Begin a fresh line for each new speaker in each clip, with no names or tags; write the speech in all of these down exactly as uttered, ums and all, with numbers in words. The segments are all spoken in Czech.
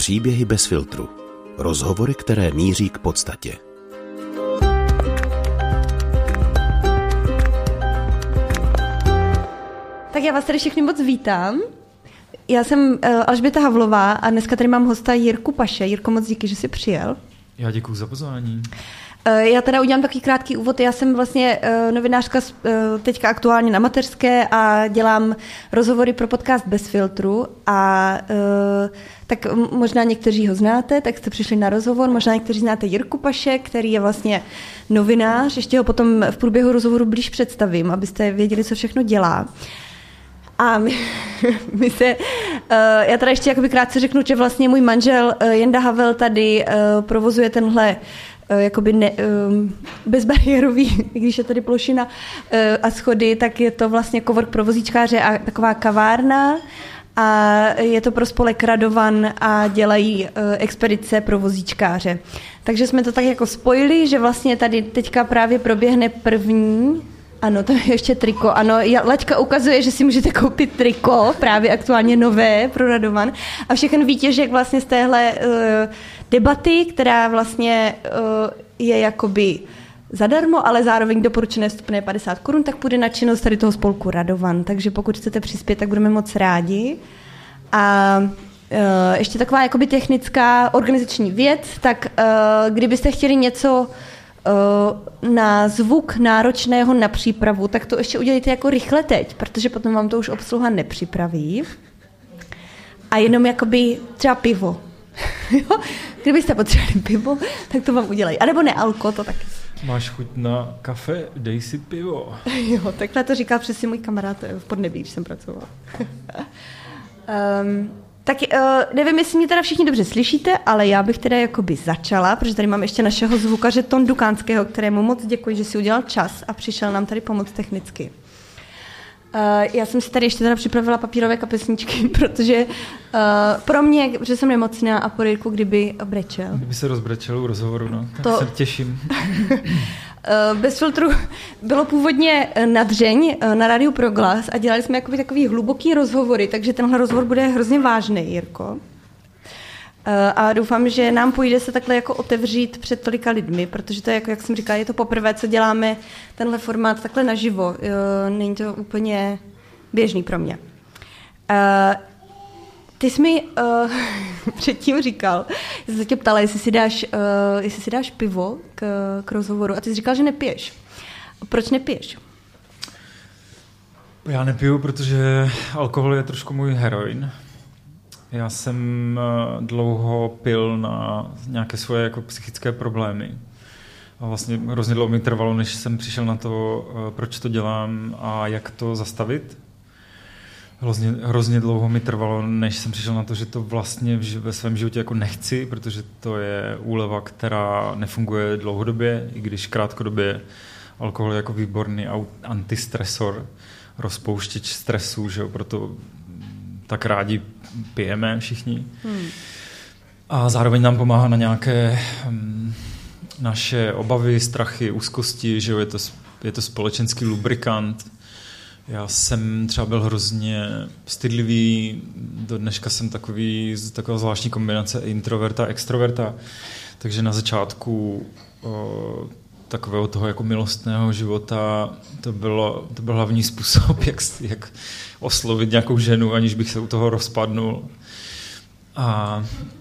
Příběhy bez filtru. Rozhovory, které míří k podstatě.
Tak já vás tady všechny moc vítám. Já jsem uh, Alžběta Havlová a dneska tady mám hosta Jirku Paše. Jirko, moc díky, že jsi přijel.
Já děkuju za pozvání.
Já teda udělám takový krátký úvod. Já jsem vlastně uh, novinářka uh, teďka aktuálně na mateřské a dělám rozhovory pro podcast Bez filtru a uh, tak možná někteří ho znáte, tak jste přišli na rozhovor, možná někteří znáte Jirku Paše, který je vlastně novinář, ještě ho potom v průběhu rozhovoru blíž představím, abyste věděli, co všechno dělá. A my, my se, uh, já teda ještě jakoby krátce řeknu, že vlastně můj manžel uh, Jenda Havel tady uh, provozuje tenhle uh, jakoby ne, um, bezbariérový, když je tady plošina uh, a schody, tak je to vlastně cowork pro vozíčkáře a taková kavárna a je to pro spolek Radovan a dělají uh, expedice pro vozíčkáře. Takže jsme to tak jako spojili, že vlastně tady teďka právě proběhne první. Ano, to je ještě triko. Ano, Laďka ukazuje, že si můžete koupit triko, právě aktuálně nové pro Radovan. A všechny výtěžek vlastně z téhle uh, debaty, která vlastně uh, je jakoby zadarmo, ale zároveň doporučené vstupné padesát korun, tak půjde na činnost tady toho spolku Radovan. Takže pokud chcete přispět, tak budeme moc rádi. A uh, ještě taková jakoby technická organizační věc, tak uh, kdybyste chtěli něco na zvuk náročného na přípravu, tak to ještě udělejte jako rychle teď, protože potom vám to už obsluha nepřipraví. A jenom jakoby třeba pivo. Kdybyste potřebovali pivo, tak to vám udělají. A nebo ne, alko, to taky.
Máš chuť na kafe, dej si pivo.
Jo, takhle to říkal přesně můj kamarád v Podnebí, když jsem pracoval. um, Tak uh, nevím, jestli mě teda všichni dobře slyšíte, ale já bych teda jakoby začala, protože tady mám ještě našeho zvukaře Tondu Kánského, kterému moc děkuji, že si udělal čas a přišel nám tady pomoct technicky. Uh, já jsem si tady ještě teda připravila papírové kapesničky, protože uh, pro mě, protože jsem nemocná a po Jirku, kdyby brečel.
Kdyby se rozbrečel u rozhovoru, no, tak
to...
se těším.
Bez filtru bylo původně na Dřeň, na Rádiu Proglas a dělali jsme jakoby takový hluboký rozhovory, takže tenhle rozhovor bude hrozně vážný, Jirko. A doufám, že nám půjde se takhle jako otevřít před tolika lidmi, protože to je, jako, jak jsem říkala, je to poprvé, co děláme tenhle formát takhle naživo. Není to úplně běžný pro mě. Ty jsi mi uh, předtím říkal, já jsem se tě ptala, jestli si dáš, uh, jestli si dáš pivo k, k rozhovoru a ty jsi říkal, že nepiješ. Proč nepiješ?
Já nepiju, protože alkohol je trošku můj heroin. Já jsem uh, dlouho pil na nějaké svoje jako psychické problémy. A vlastně hrozně dlouho mi trvalo, než jsem přišel na to, uh, proč to dělám a jak to zastavit. Hrozně, hrozně dlouho mi trvalo, než jsem přišel na to, že to vlastně ve svém životě jako nechci, protože to je úleva, která nefunguje dlouhodobě, i když krátkodobě alkohol je jako výborný antistresor, rozpouštěč stresu, že jo, proto tak rádi pijeme všichni. Hmm. A zároveň nám pomáhá na nějaké um, naše obavy, strachy, úzkosti, že jo, je to, je to společenský lubrikant. Já jsem třeba byl hrozně stydlivý, do dneška jsem takový, taková zvláštní kombinace introverta a extroverta, takže na začátku o, takového toho jako milostného života to, bylo, to byl hlavní způsob, jak, jak oslovit nějakou ženu, aniž bych se u toho rozpadnul. A, a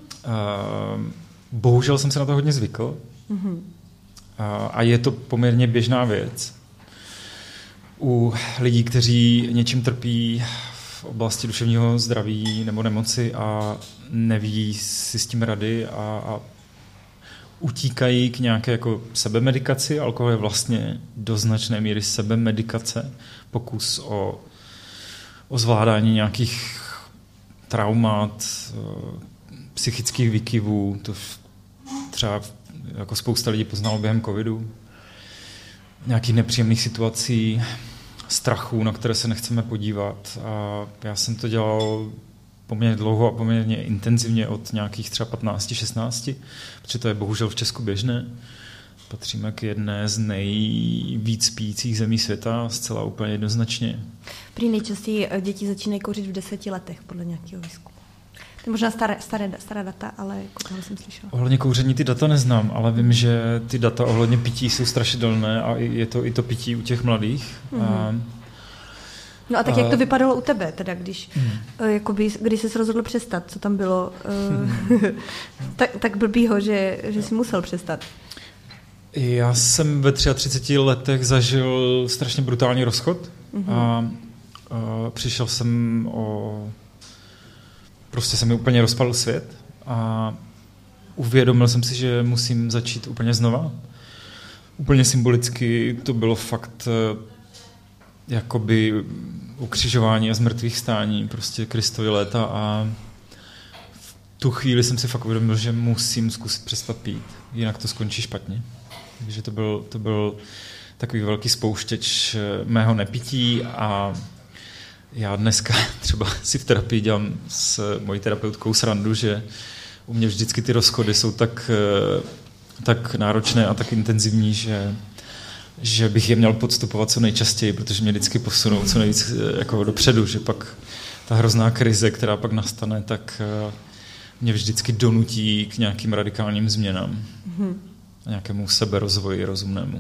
bohužel jsem se na to hodně zvykl. Mm-hmm. A, a je to poměrně běžná věc u lidí, kteří něčím trpí v oblasti duševního zdraví nebo nemoci a neví si s tím rady a, a utíkají k nějaké jako sebemedikaci. Alkohol je vlastně do značné míry sebemedikace, pokus o, o zvládání nějakých traumat, psychických výkyvů. To třeba jako spousta lidí poznalo během covidu. Nějakých nepříjemných situací, strachů, na které se nechceme podívat. A já jsem to dělal poměrně dlouho a poměrně intenzivně od nějakých třeba patnáct šestnáct, protože to je bohužel v Česku běžné. Patříme k jedné z nejvíc pijících zemí světa, zcela úplně jednoznačně.
Prý nejčastěji děti začínají kouřit v deseti letech, podle nějakého výzkumu. To je možná staré, staré, stará data, ale jako tohle jsem slyšela.
Ohledně kouření ty data neznám, ale vím, že ty data ohledně pití jsou strašidelné a je to i to pití u těch mladých. Mm-hmm. A,
no a tak
a...
jak to vypadalo u tebe, teda když, mm. jakoby, když jsi rozhodl přestat, co tam bylo, mm. tak, tak blbýho, že, že jsi musel přestat. Já
jsem ve třiadvaceti třech letech zažil strašně brutální rozchod mm-hmm. a, a přišel jsem o... Prostě se mi úplně rozpadl svět a uvědomil jsem si, že musím začít úplně znova. Úplně symbolicky to bylo fakt jakoby ukřižování a zmrtvých stání, prostě Kristovy léta a v tu chvíli jsem si fakt uvědomil, že musím zkusit přestat pít, jinak to skončí špatně. Takže to byl, to byl takový velký spouštěč mého nepití a já dneska třeba si v terapii dělám s mojí terapeutkou srandu, že u mě vždycky ty rozchody jsou tak, tak náročné a tak intenzivní, že, že bych je měl podstupovat co nejčastěji, protože mě vždycky posunou co nejvíc jako dopředu, že pak ta hrozná krize, která pak nastane, tak mě vždycky donutí k nějakým radikálním změnám. Mm-hmm. A nějakému seberozvoji rozumnému.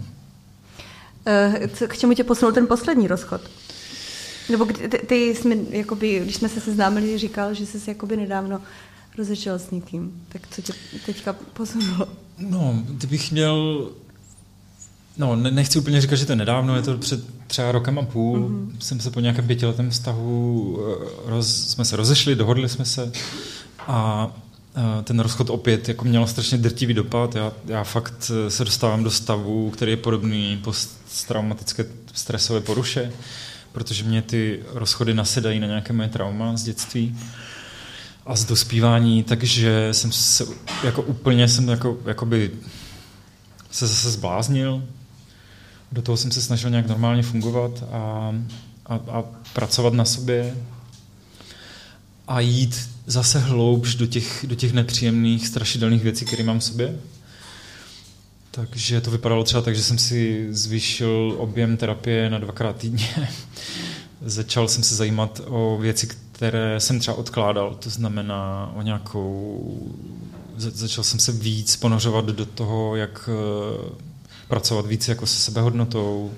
K čemu tě posunul ten poslední rozchod? Nebo ty, ty jsi, jakoby, když jsme se seznámili, říkal, že jsi jakoby nedávno rozešel s někým. Tak co tě teďka posunulo?
No, kdybych měl... No, ne, nechci úplně říkat, že to je nedávno, je to před třeba rokem a půl. Mm-hmm. Jsem se po nějakém pětiletém vztahu, roz, jsme se rozešli, dohodli jsme se a ten rozchod opět jako měl strašně drtivý dopad. Já, já fakt se dostávám do stavu, který je podobný posttraumatické stresové poruše, protože mě ty rozchody nasedají na nějaké moje trauma z dětství a z dospívání, takže jsem se jako úplně jsem jako, jakoby se zase zbláznil. Do toho jsem se snažil nějak normálně fungovat a, a, a pracovat na sobě a jít zase hloubš do těch, do těch nepříjemných, strašidelných věcí, které mám v sobě. Takže to vypadalo třeba tak, že jsem si zvýšil objem terapie na dvakrát týdně. Začal jsem se zajímat o věci, které jsem třeba odkládal, to znamená o nějakou... Začal jsem se víc ponořovat do toho, jak pracovat víc jako se sebehodnotou,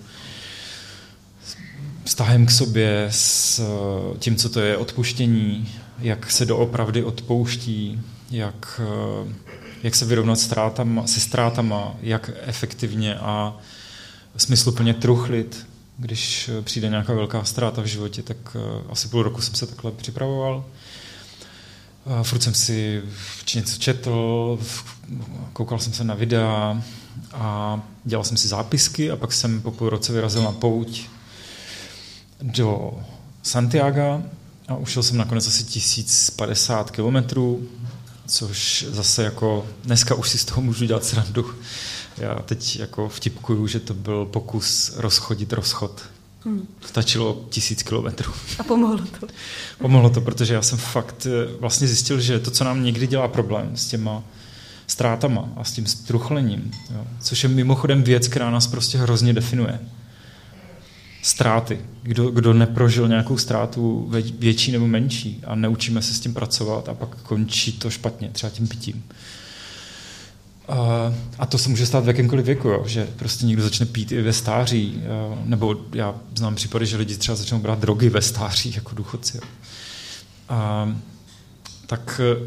vztahem k sobě, s tím, co to je odpuštění, jak se doopravdy odpouští, jak, jak se vyrovnat ztrátama, se ztrátama, jak efektivně a smysluplně truchlit, když přijde nějaká velká ztráta v životě, tak asi půl roku jsem se takhle připravoval. Furt jsem si něco četl, koukal jsem se na videa a dělal jsem si zápisky a pak jsem po půl roce vyrazil na pouť do Santiaga a ušel jsem nakonec asi tisíc padesát kilometrů, což zase jako dneska už si z toho můžu dělat srandu. Já teď jako vtipkuju, že to byl pokus rozchodit rozchod. Hmm. Stačilo tisíc kilometrů.
A pomohlo to?
Pomohlo to, protože já jsem fakt vlastně zjistil, že to, co nám někdy dělá problém s těma ztrátama a s tím struchlením, jo, což je mimochodem věc, která nás prostě hrozně definuje. Ztráty. Kdo, kdo neprožil nějakou ztrátu větší nebo menší a neučíme se s tím pracovat a pak končí to špatně, třeba tím pitím. Uh, a to se může stát v jakémkoliv věku, jo? Že prostě někdo začne pít i ve stáří, uh, nebo já znám případy, že lidi třeba začnou brát drogy ve stáří, jako důchodci. Jo? Uh, tak uh,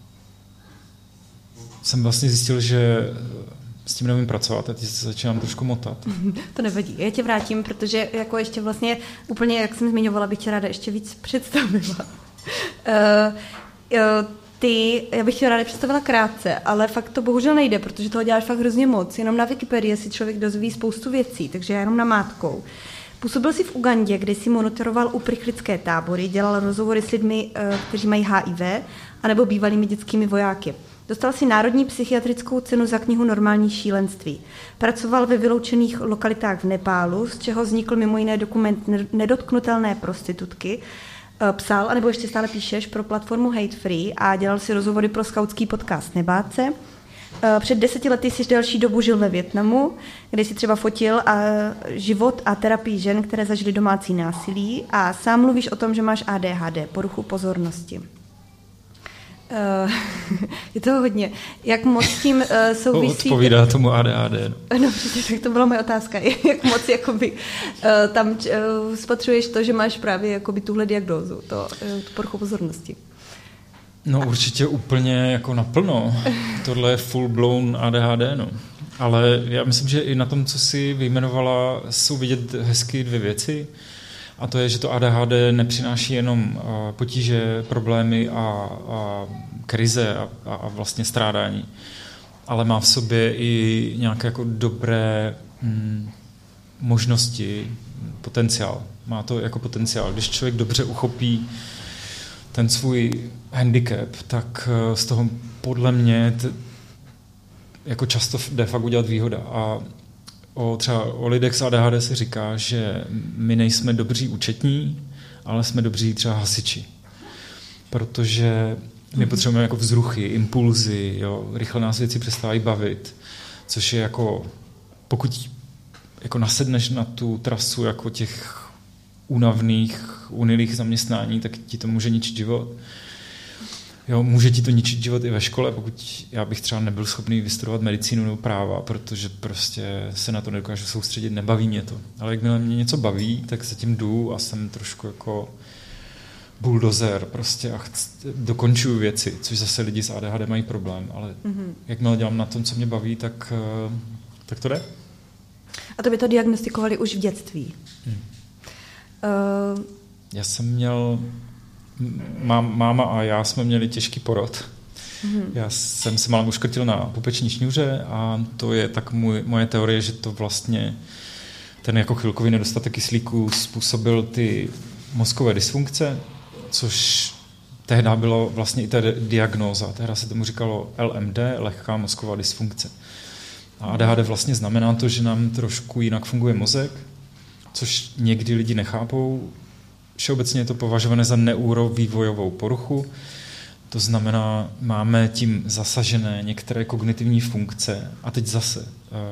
jsem vlastně zjistil, že s tím nevím pracovat a teď se začínám trošku motat.
To nevadí, já tě vrátím, protože jako ještě vlastně úplně, jak jsem zmiňovala, bych tě ráda ještě víc představila. Uh, uh, Ty, já bych tě ráda představila krátce, ale fakt to bohužel nejde, protože toho děláš fakt hrozně moc. Jenom na Wikipedii si člověk dozví spoustu věcí, takže já jenom namátkou. Působil jsi v Ugandě, kde jsi monitoroval uprchlické tábory, dělal rozhovory s lidmi, kteří mají H I V, anebo bývalými dětskými vojáky. Dostal si Národní psychiatrickou cenu za knihu Normální šílenství. Pracoval ve vyloučených lokalitách v Nepálu, z čeho vznikl mimo jiné dokument Nedotknutelné prostitutky. Psal, anebo ještě stále píšeš pro platformu Hate Free a dělal si rozhovory pro skautský podcast Nebát se. Před deseti lety jsi delší dobu žil ve Vietnamu, kde jsi třeba fotil a život a terapii žen, které zažily domácí násilí a sám mluvíš o tom, že máš A D H D, poruchu pozornosti. Uh, je toho hodně. Jak moc s tím uh, souvisí...
Odpovídá tomu A D H D.
No, no přesně, tak to byla moje otázka. Jak moc jakoby, uh, tam uh, spatřuješ to, že máš právě jakoby tuhle diagnózu, to, uh, tu poruchu pozornosti?
No určitě úplně jako naplno. Tohle je full blown A D H D, no. Ale já myslím, že i na tom, co jsi vyjmenovala, jsou vidět hezky dvě věci. A to je, že to A D H D nepřináší jenom potíže, problémy a, a krize a, a vlastně strádání, ale má v sobě i nějaké jako dobré hm, možnosti, potenciál. Má to jako potenciál. Když člověk dobře uchopí ten svůj handicap, tak z toho podle mě t, jako často jde fakt udělat výhoda. A o, třeba o lidech s A D H D se říká, že my nejsme dobří účetní, ale jsme dobří třeba hasiči. Protože my potřebujeme jako vzruchy, impulzy, jo, rychle nás věci přestávají bavit, což je jako, pokud jako nasedneš na tu trasu jako těch únavných, unilých zaměstnání, tak ti to může ničit život. Jo, může ti to ničit život i ve škole, pokud já bych třeba nebyl schopný vystudovat medicínu nebo práva, protože prostě se na to nedokážu soustředit, nebaví mě to. Ale jakmile mě něco baví, tak se tím jdu a jsem trošku jako buldozer prostě a chc- dokončuju věci, což zase lidi s A D H D mají problém, ale mm-hmm. jakmile dělám na tom, co mě baví, tak, tak to jde.
A to by to diagnostikovali už v dětství? Hmm. Uh...
Já jsem měl... Mám, máma a já jsme měli těžký porod. Mm-hmm. Já jsem se málem uškrtil na pupeční šňůře a to je tak můj, moje teorie, že to vlastně ten jako chvilkový nedostatek kyslíku způsobil ty mozkové dysfunkce, což tehdy bylo vlastně i ta diagnóza. Tehdy se tomu říkalo L M D, lehká mozková dysfunkce. A A D H D vlastně znamená to, že nám trošku jinak funguje mozek, což někdy lidi nechápou. Všeobecně je to považované za neurovývojovou poruchu. To znamená, máme tím zasažené některé kognitivní funkce. A teď zase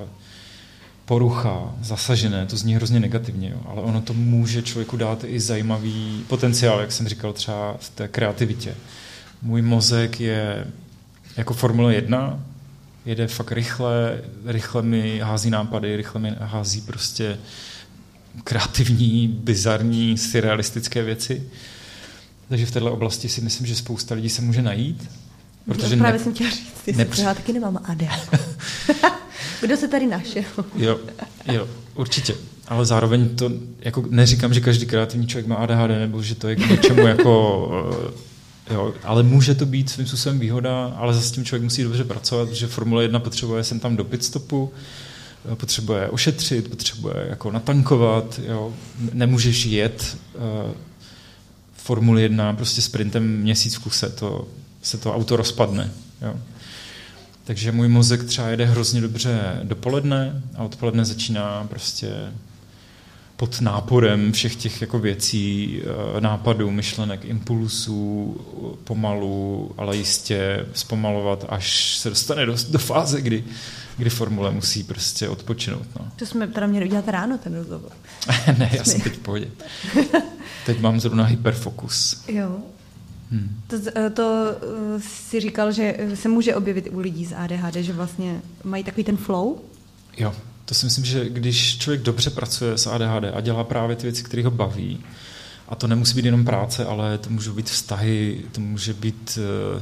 porucha, zasažené, to zní hrozně negativně, jo, ale ono to může člověku dát i zajímavý potenciál, jak jsem říkal, třeba v té kreativitě. Můj mozek je jako Formule jedna, jede fakt rychle, rychle mi hází nápady, rychle mi hází prostě kreativní, bizarní, surrealistické věci. Takže v této oblasti si myslím, že spousta lidí se může najít.
Protože no, právě ne... jsem chtěla říct, jestli nepři... já taky nemám A D H D. Kdo se tady našel?
Jo, jo, určitě. Ale zároveň to, jako neříkám, že každý kreativní člověk má A D H D, nebo že to je k něčemu jako... Jo, ale může to být svým způsobem výhoda, ale zase s tím člověk musí dobře pracovat, protože Formule jedna potřebuje sem tam do pitstopu, potřebuje ošetřit, potřebuje jako natankovat, jo. Nemůžeš jet uh, Formule jedna prostě sprintem měsíc v kuse, to, se to auto rozpadne. Jo. Takže můj mozek třeba jede hrozně dobře dopoledne a odpoledne začíná prostě pod náporem všech těch jako věcí, nápadů, myšlenek, impulsů, pomalu, ale jistě zpomalovat, až se dostane do, do fáze, kdy, kdy Formule musí prostě odpočinout. No.
To jsme teda měli udělat ráno, ten rozhovor.
Ne, já jsem teď v pohodě. Teď mám zrovna hyperfokus.
Jo. Hmm. To, to si říkal, že se může objevit u lidí s A D H D, že vlastně mají takový ten flow?
Jo. To si myslím, že když člověk dobře pracuje s A D H D a dělá právě ty věci, které ho baví, a to nemusí být jenom práce, ale to můžou být vztahy, to může být uh,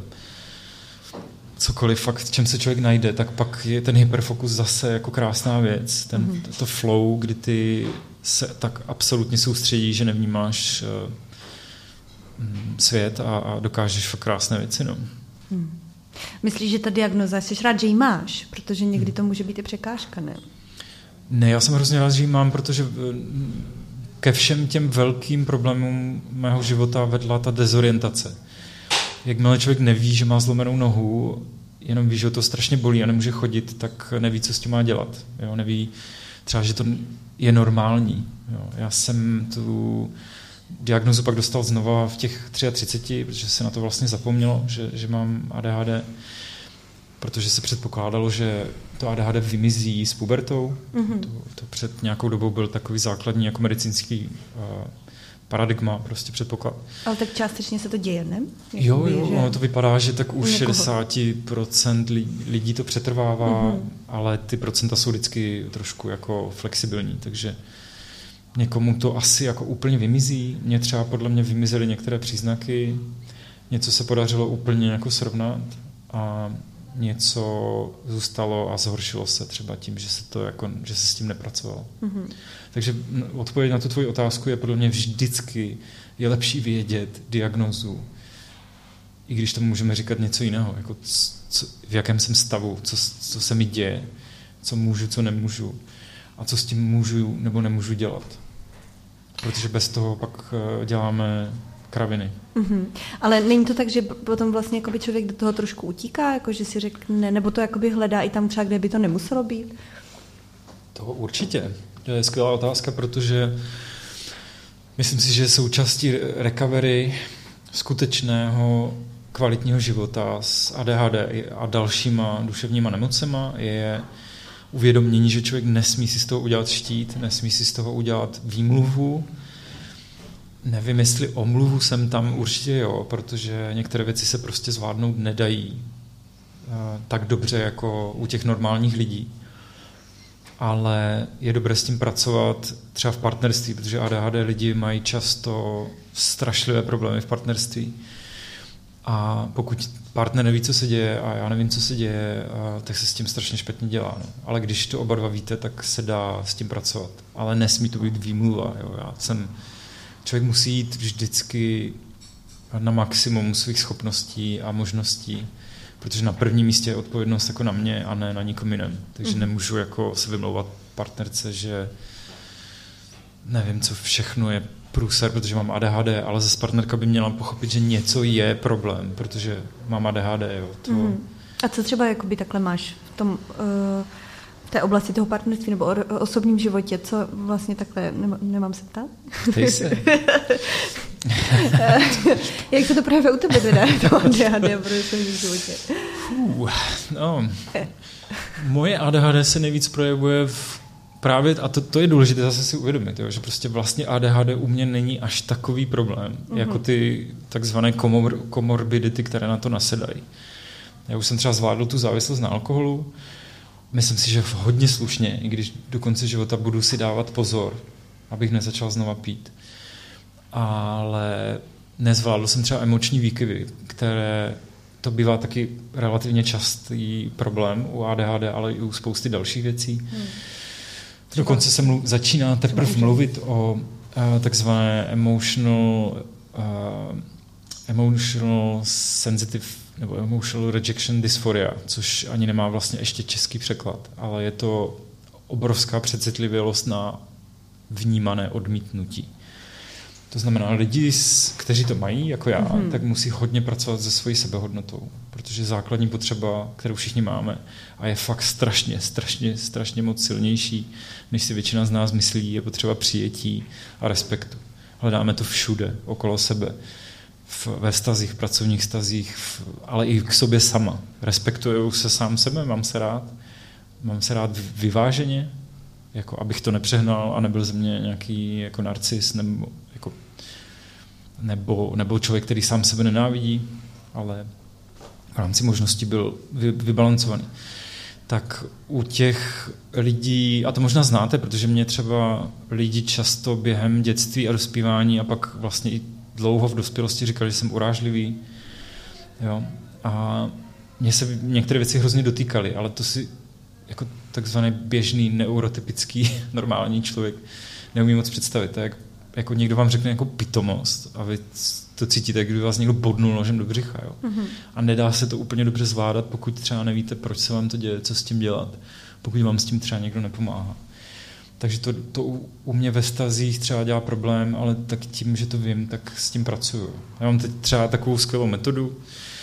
cokoliv fakt, v čem se člověk najde, tak pak je ten hyperfokus zase jako krásná věc. Ten, mm-hmm. to flow, kdy ty se tak absolutně soustředí, že nevnímáš uh, svět a, a dokážeš fakt krásné věci. No.
Hmm. Myslíš, že ta diagnoza, jsi rád, že ji máš? Protože někdy to může být i překážka, ne?
Ne, já jsem hrozně rád, že ji mám, protože ke všem těm velkým problémům mého života vedla ta dezorientace. Jakmile člověk neví, že má zlomenou nohu, jenom ví, že to strašně bolí a nemůže chodit, tak neví, co s tím má dělat. Jo? Neví třeba, že to je normální. Jo? Já jsem tu diagnozu pak dostal znova v těch třiceti třech, protože se na to vlastně zapomnělo, že, že mám A D H D, protože se předpokládalo, že to A D H D vymizí s pubertou. Mm-hmm. To, to před nějakou dobou byl takový základní jako medicínský uh, paradigma, prostě předpoklad.
Ale tak částečně se to děje, ne?
Jakoby, jo, jo, ono to vypadá, že tak u šedesát procent lidí to přetrvává, mm-hmm. ale ty procenta jsou vždycky trošku jako flexibilní, takže někomu to asi jako úplně vymizí. Mně třeba podle mě vymizely některé příznaky, něco se podařilo úplně jako srovnat a něco zůstalo a zhoršilo se třeba tím, že se, to jako, že se s tím nepracovalo. Mm-hmm. Takže odpověď na tu tvoji otázku je podle mě vždycky je lepší vědět diagnózu, i když tomu můžeme říkat něco jiného, jako co, v jakém jsem stavu, co, co se mi děje, co můžu, co nemůžu a co s tím můžu nebo nemůžu dělat. Protože bez toho pak děláme kraviny.
Mm-hmm. Ale není to tak, že potom vlastně jakoby člověk do toho trošku utíká, jako že si řekne, nebo to jakoby hledá i tam třeba, kde by to nemuselo být?
To určitě. To je skvělá otázka, protože myslím si, že součástí recovery skutečného kvalitního života s A D H D a dalšíma duševníma nemocema je uvědomění, že člověk nesmí si z toho udělat štít, nesmí si z toho udělat výmluvu. Nevím, jestli omluvu jsem tam, určitě jo, protože některé věci se prostě zvládnout nedají tak dobře jako u těch normálních lidí. Ale je dobré s tím pracovat třeba v partnerství, protože A D H D lidi mají často strašlivé problémy v partnerství. A pokud partner neví, co se děje a já nevím, co se děje, tak se s tím strašně špatně dělá. No. Ale když to oba dva víte, tak se dá s tím pracovat. Ale nesmí to být výmluva. Jo. Já jsem, člověk musí jít vždycky na maximum svých schopností a možností, protože na prvním místě je odpovědnost jako na mě a ne na nikom jiném. Takže mm. nemůžu jako se vymlouvat partnerce, že nevím, co všechno je průser, protože mám A D H D, ale zase partnerka by měla pochopit, že něco je problém, protože mám A D H D. Jo. To... Mm.
A co třeba jakoby takhle máš v tom, uh, v té oblasti toho partnerství nebo o osobním životě, co vlastně takhle, nemám, nemám se ptát?
Ptej se.
Jak se to projevuje u tebe teda, to A D H D v osobním životě?
Uh, no. Moje A D H D se nejvíc projevuje v právě, a to, to je důležité zase si uvědomit, jo, že prostě vlastně A D H D u mě není až takový problém, mm-hmm. jako ty takzvané komor, komorbidity, které na to nasedají. Já už jsem třeba zvládl tu závislost na alkoholu, myslím si, že hodně slušně, i když do konce života budu si dávat pozor, abych nezačal znova pít. Ale nezvládl jsem třeba emoční výkyvy, které to bývá taky relativně častý problém u A D H D, ale i u spousty dalších věcí. Hmm. Dokonce se mluv, začíná teprve mluvit o uh, takzvané emotional, uh, emotional sensitive nebo emotional rejection dysphoria, což ani nemá vlastně ještě český překlad, ale je to obrovská přecitlivělost na vnímané odmítnutí. To znamená, lidi, kteří to mají, jako já, mm-hmm. tak musí hodně pracovat se svojí sebehodnotou, protože základní potřeba, kterou všichni máme, a je fakt strašně, strašně, strašně moc silnější, než si většina z nás myslí, je potřeba přijetí a respektu. Hledáme to všude, okolo sebe, v, ve vztazích, v pracovních vztazích, v, ale i k sobě sama. Respektuju se sám sebe, mám se rád, mám se rád vyváženě, jako abych to nepřehnal a nebyl ze mě nějaký jako narcis nebo, jako, nebo, nebo člověk, který sám sebe nenávidí, ale v rámci možností byl vy, vybalancovaný. Tak u těch lidí, a to možná znáte, protože mě třeba lidi často během dětství a dospívání a pak vlastně i dlouho v dospělosti říkali, že jsem urážlivý. Jo? A mě se některé věci hrozně dotýkaly, ale to si jako takzvaný běžný, neurotypický, normální člověk neumí moc představit. Tak jak, jako někdo vám řekne jako pitomost a vy to cítíte, jak kdyby vás někdo bodnul nožem do břicha. Jo? Mm-hmm. A nedá se to úplně dobře zvládat, pokud třeba nevíte, proč se vám to děje, co s tím dělat, pokud vám s tím třeba někdo nepomáhá. Takže to, to u, u mě ve vztazích třeba dělá problém, ale tak tím, že to vím, tak s tím pracuju. Já mám teď třeba takovou skvělou metodu.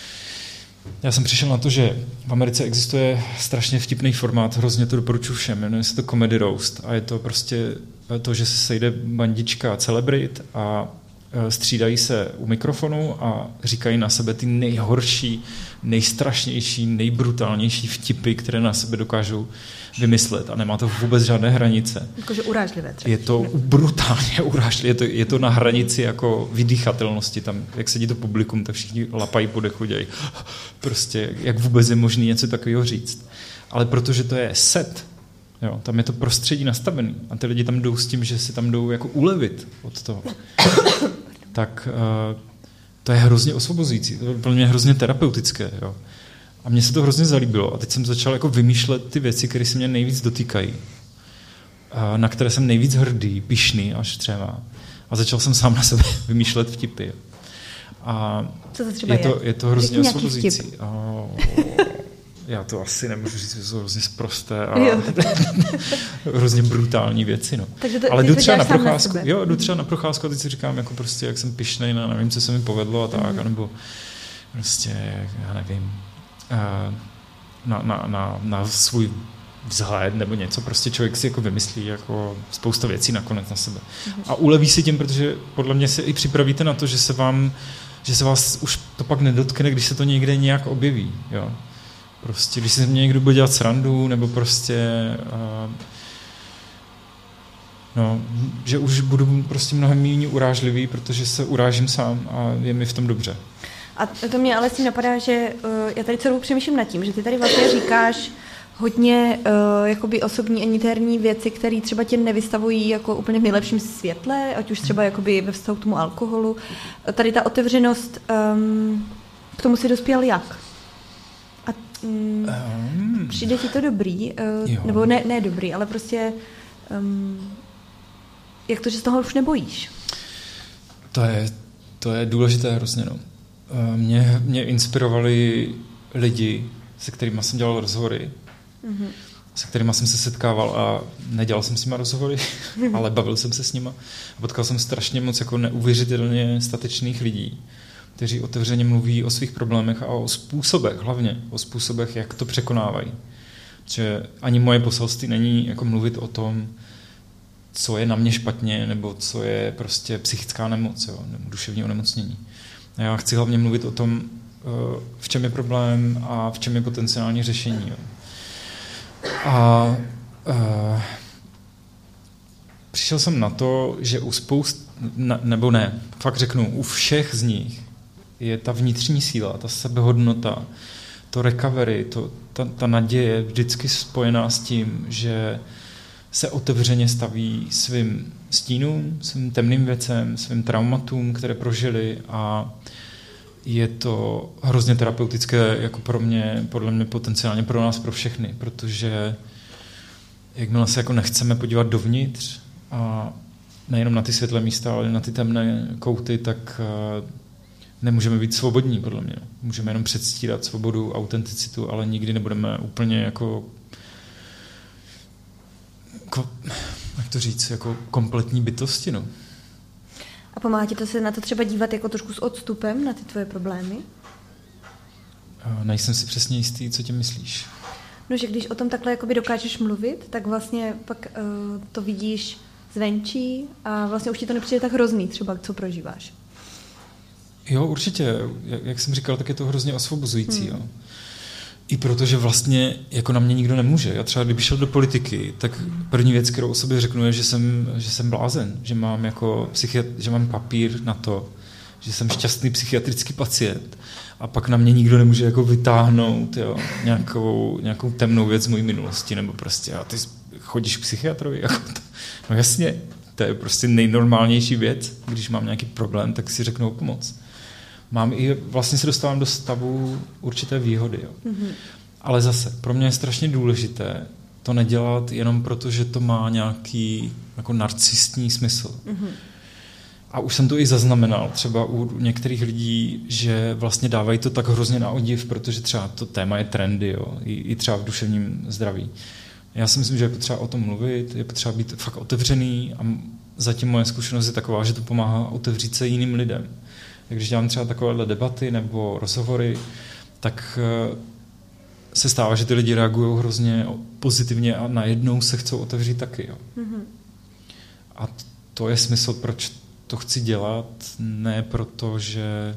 Já jsem přišel na to, že v Americe existuje strašně vtipný formát, hrozně to doporučuji všem, jmenuje se to Comedy Roast a je to prostě to, že se sejde bandička celebrit a střídají se u mikrofonu a říkají na sebe ty nejhorší, nejstrašnější, nejbrutálnější vtipy, které na sebe dokážou vymyslet a nemá to vůbec žádné hranice.
Jakože urážlivé třeba.
Je to brutálně urážlivé, je to, je to na hranici jako vydýchatelnosti. Tam, jak sedí to publikum, tak všichni lapají po dechu, dějí. Prostě, jak vůbec je možné něco takového říct. Ale protože to je set, jo, tam je to prostředí nastavený a ty lidi tam jdou s tím, že si tam jdou jako ulevit od toho. Tak uh, to je hrozně osvobozující, to je pro mě hrozně terapeutické. Jo. A mně se to hrozně zalíbilo a teď jsem začal jako vymýšlet ty věci, které se mě nejvíc dotýkají, uh, na které jsem nejvíc hrdý, pyšný až třeba. A začal jsem sám na sebe vymýšlet vtipy. Jo. A
co to třeba
je?
je?
To, je to hrozně osvobozující. Oh, já to asi nemůžu říct, že jsou hrozně sprosté a hrozně brutální věci. No.
To,
ale jdu třeba na
Na
procházku, jo, jdu třeba na procházku a teď si říkám, jako prostě, jak jsem pyšnej, na nevím, co se mi povedlo a tak, mm. nebo prostě, já nevím, na, na, na, na svůj vzhled nebo něco, prostě člověk si jako vymyslí jako spousta věcí nakonec na sebe. Mm. A uleví si tím, protože podle mě se i připravíte na to, že se vám, že se vás už to pak nedotkne, když se to někde nějak objeví, jo. Prostě, když se mě někdo bude dělat srandu, nebo prostě, uh, no, že už budu prostě mnohem méně urážlivý, protože se urážím sám a je mi v tom dobře.
A to mě ale s tím napadá, že uh, já tady celou přemýšlím nad tím, že ty tady vlastně říkáš hodně uh, jakoby osobní a niterní věci, které třeba tě nevystavují jako úplně v nejlepším světle, ať už třeba jakoby ve vztahu k tomu alkoholu. Tady ta otevřenost, um, k tomu si dospěl jak? A um, um, přijde ti to dobrý, uh, nebo ne, ne dobrý, ale prostě um, jak to, že z toho už nebojíš?
To je, to je důležité hrozně. No. Mě, mě inspirovali lidi, se kterými jsem dělal rozhovory, mm-hmm. se kterými jsem se setkával a nedělal jsem s nimi rozhovory, mm-hmm. ale bavil jsem se s nimi. A potkal jsem strašně moc jako neuvěřitelně statečných lidí, kteří otevřeně mluví o svých problémech a o způsobech, hlavně o způsobech, jak to překonávají. Že ani moje poselství není jako mluvit o tom, co je na mě špatně, nebo co je prostě psychická nemoc, jo, nebo duševní onemocnění. A já chci hlavně mluvit o tom, v čem je problém a v čem je potenciální řešení. Jo. A uh, přišel jsem na to, že u spoust, ne, nebo ne, fakt řeknu, u všech z nich je ta vnitřní síla, ta sebehodnota, to recovery, to, ta, ta naděje vždycky spojená s tím, že se otevřeně staví svým stínům, svým temným věcem, svým traumatům, které prožili a je to hrozně terapeutické jako pro mě, podle mě potenciálně pro nás, pro všechny, protože jakmile se jako nechceme podívat dovnitř a nejenom na ty světlé místa, ale na ty temné kouty, tak nemůžeme být svobodní, podle mě. Můžeme jenom předstírat svobodu, autenticitu, ale nikdy nebudeme úplně jako Ko, jak to říct, jako kompletní bytosti, no.
A pomáhá ti to se na to třeba dívat jako trošku s odstupem na ty tvoje problémy?
A nejsem si přesně jistý, co tím myslíš.
No, že když o tom takhle jakoby dokážeš mluvit, tak vlastně pak uh, to vidíš zvenčí a vlastně už ti to nepřijde tak hrozný třeba, co prožíváš.
Jo, určitě. Jak, jak jsem říkal, tak je to hrozně osvobozující, hmm. jo. I protože vlastně jako na mě nikdo nemůže. Já třeba, kdyby šel do politiky, tak první věc, kterou o sobě řeknu, je, že jsem, že jsem blázen, že mám, jako psychiat- že mám papír na to, že jsem šťastný psychiatrický pacient a pak na mě nikdo nemůže jako vytáhnout jo, nějakou, nějakou temnou věc z mojí minulosti, nebo prostě a ty chodíš k psychiatrovi? Jako to, no jasně, to je prostě nejnormálnější věc, když mám nějaký problém, tak si řeknou pomoc. Mám i, vlastně se dostávám do stavu určité výhody. Jo. Mm-hmm. Ale zase, pro mě je strašně důležité to nedělat jenom proto, že to má nějaký jako narcistní smysl. Mm-hmm. A už jsem to i zaznamenal třeba u některých lidí, že vlastně dávají to tak hrozně na odiv, protože třeba to téma je trendy, jo, i, i třeba v duševním zdraví. Já si myslím, že je potřeba o tom mluvit, je potřeba být fakt otevřený a zatím moje zkušenost je taková, že to pomáhá otevřít se jiným lidem. Když dělám třeba takovéhle debaty nebo rozhovory, tak se stává, že ty lidi reagují hrozně pozitivně a najednou se chcou otevřít taky. Jo. Mm-hmm. A to je smysl, proč to chci dělat, ne proto, že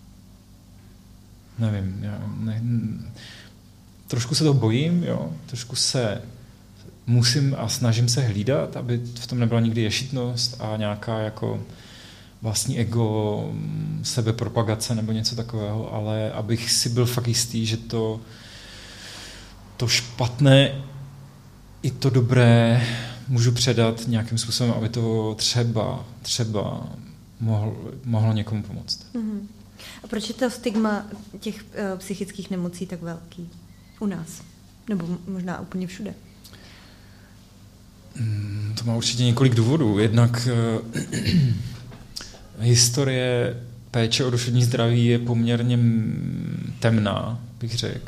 nevím, já ne, trošku se toho bojím, jo, trošku se musím a snažím se hlídat, aby v tom nebyla nikdy ješitnost a nějaká jako vlastní ego, sebepropagace nebo něco takového, ale abych si byl fakt jistý, že to, to špatné i to dobré můžu předat nějakým způsobem, aby to třeba, třeba mohlo, mohlo někomu pomoct.
Mm-hmm. A proč je to stigma těch uh, psychických nemocí tak velký u nás? Nebo možná úplně všude?
Mm, to má určitě několik důvodů. Jednak uh, historie péče o duševní zdraví je poměrně temná, bych řekl.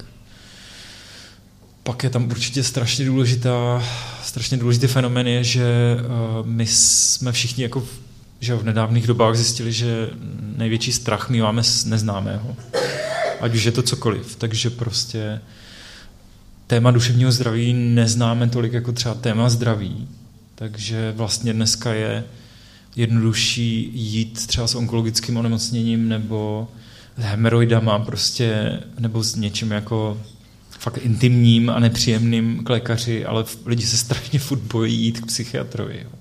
Pak je tam určitě strašně důležitá, strašně důležitý fenomén je, že uh, my jsme všichni jako v, že v nedávných dobách zjistili, že největší strach my máme z neznámého. Ať už je to cokoliv. Takže prostě téma duševního zdraví neznáme tolik jako třeba téma zdraví. Takže vlastně dneska je jednodušší jít třeba s onkologickým onemocněním nebo s hemeroidama prostě, nebo s něčím jako fakt intimním a nepříjemným k lékaři, ale lidi se strašně furt bojí jít k psychiatrovi. Jo.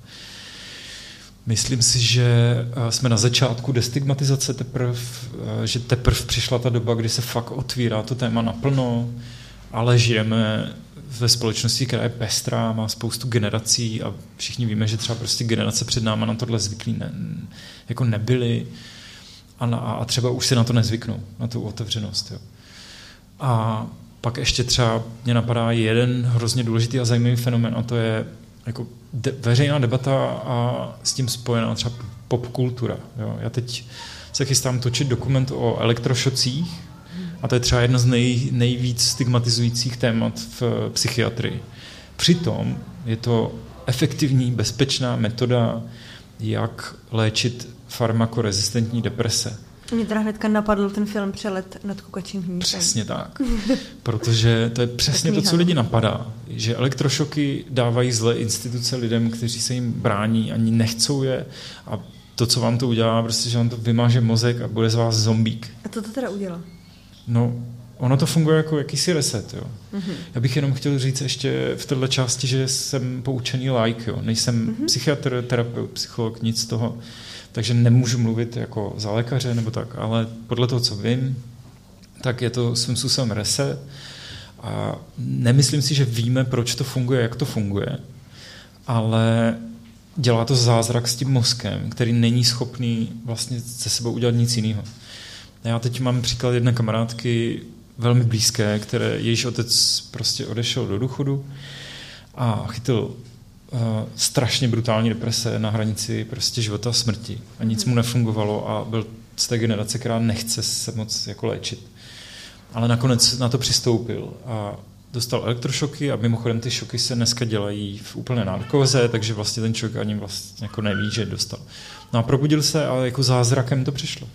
Myslím si, že jsme na začátku destigmatizace teprve, že teprve přišla ta doba, kdy se fakt otvírá to téma naplno, ale žijeme ve společnosti, která je pestrá, má spoustu generací a všichni víme, že třeba prostě generace před náma na tohle zvyklí ne, jako nebyly a, na, a třeba už si na to nezvyknou, na tu otevřenost. Jo. A pak ještě třeba mě napadá jeden hrozně důležitý a zajímavý fenomén a to je jako de, veřejná debata a s tím spojená třeba popkultura. Jo. Já teď se chystám točit dokument o elektrošocích a to je třeba jedno z nej, nejvíc stigmatizujících témat v psychiatrii. Přitom je to efektivní, bezpečná metoda, jak léčit farmakorezistentní deprese.
Mě teda hnedka napadl ten film Přelet nad kukačím hnízdem.
Přesně tak. Protože to je přesně to, co lidi napadá. Že elektrošoky dávají zlé instituce lidem, kteří se jim brání, ani nechcou je. A to, co vám to udělá, prostě, že vám to vymáže mozek a bude z vás zombík.
A to to teda udělá?
No, ono to funguje jako jakýsi reset. Jo. Mm-hmm. Já bych jenom chtěl říct ještě v této části, že jsem poučený laik. Jo. Nejsem mm-hmm. psychiatr, terapeut, psycholog, nic z toho. Takže nemůžu mluvit jako za lékaře nebo tak, ale podle toho, co vím, tak je to svým způsobem reset a nemyslím si, že víme, proč to funguje, jak to funguje, ale dělá to zázrak s tím mozkem, který není schopný vlastně se sebou udělat nic jiného. Já teď mám příklad jedné kamarádky velmi blízké, které jejíž otec prostě odešel do důchodu a chytil Uh, strašně brutální deprese na hranici prostě života a smrti. A nic mu nefungovalo a byl z té generace, která nechce se moc jako léčit. Ale nakonec na to přistoupil a dostal elektrošoky a mimochodem ty šoky se dneska dělají v úplné narkóze, takže vlastně ten člověk ani vlastně jako neví, že dostal. No a probudil se, ale jako zázrakem to přišlo.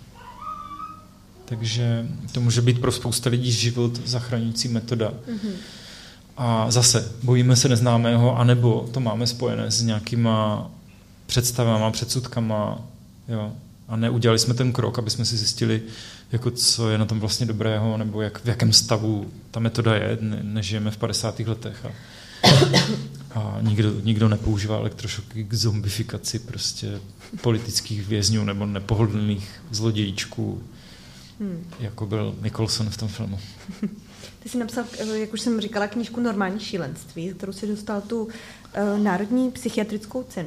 Takže to může být pro spousta lidí život zachraňující metoda. Mm-hmm. A zase bojíme se neznámého, anebo to máme spojené s nějakýma představama, předsudkama, jo. A neudělali jsme ten krok, aby jsme si zjistili, jako co je na tom vlastně dobrého, nebo jak, v jakém stavu ta metoda je, ne, nežijeme v padesátých letech. A, a nikdo, nikdo nepoužívá elektrošoky k zombifikaci prostě politických vězňů nebo nepohodlných zlodějíčků, hmm. jako byl Nicholson v tom filmu.
Ty jsi napsal, jak už jsem říkala, knížku Normální šílenství, za kterou jsi dostal tu uh, Národní psychiatrickou cenu.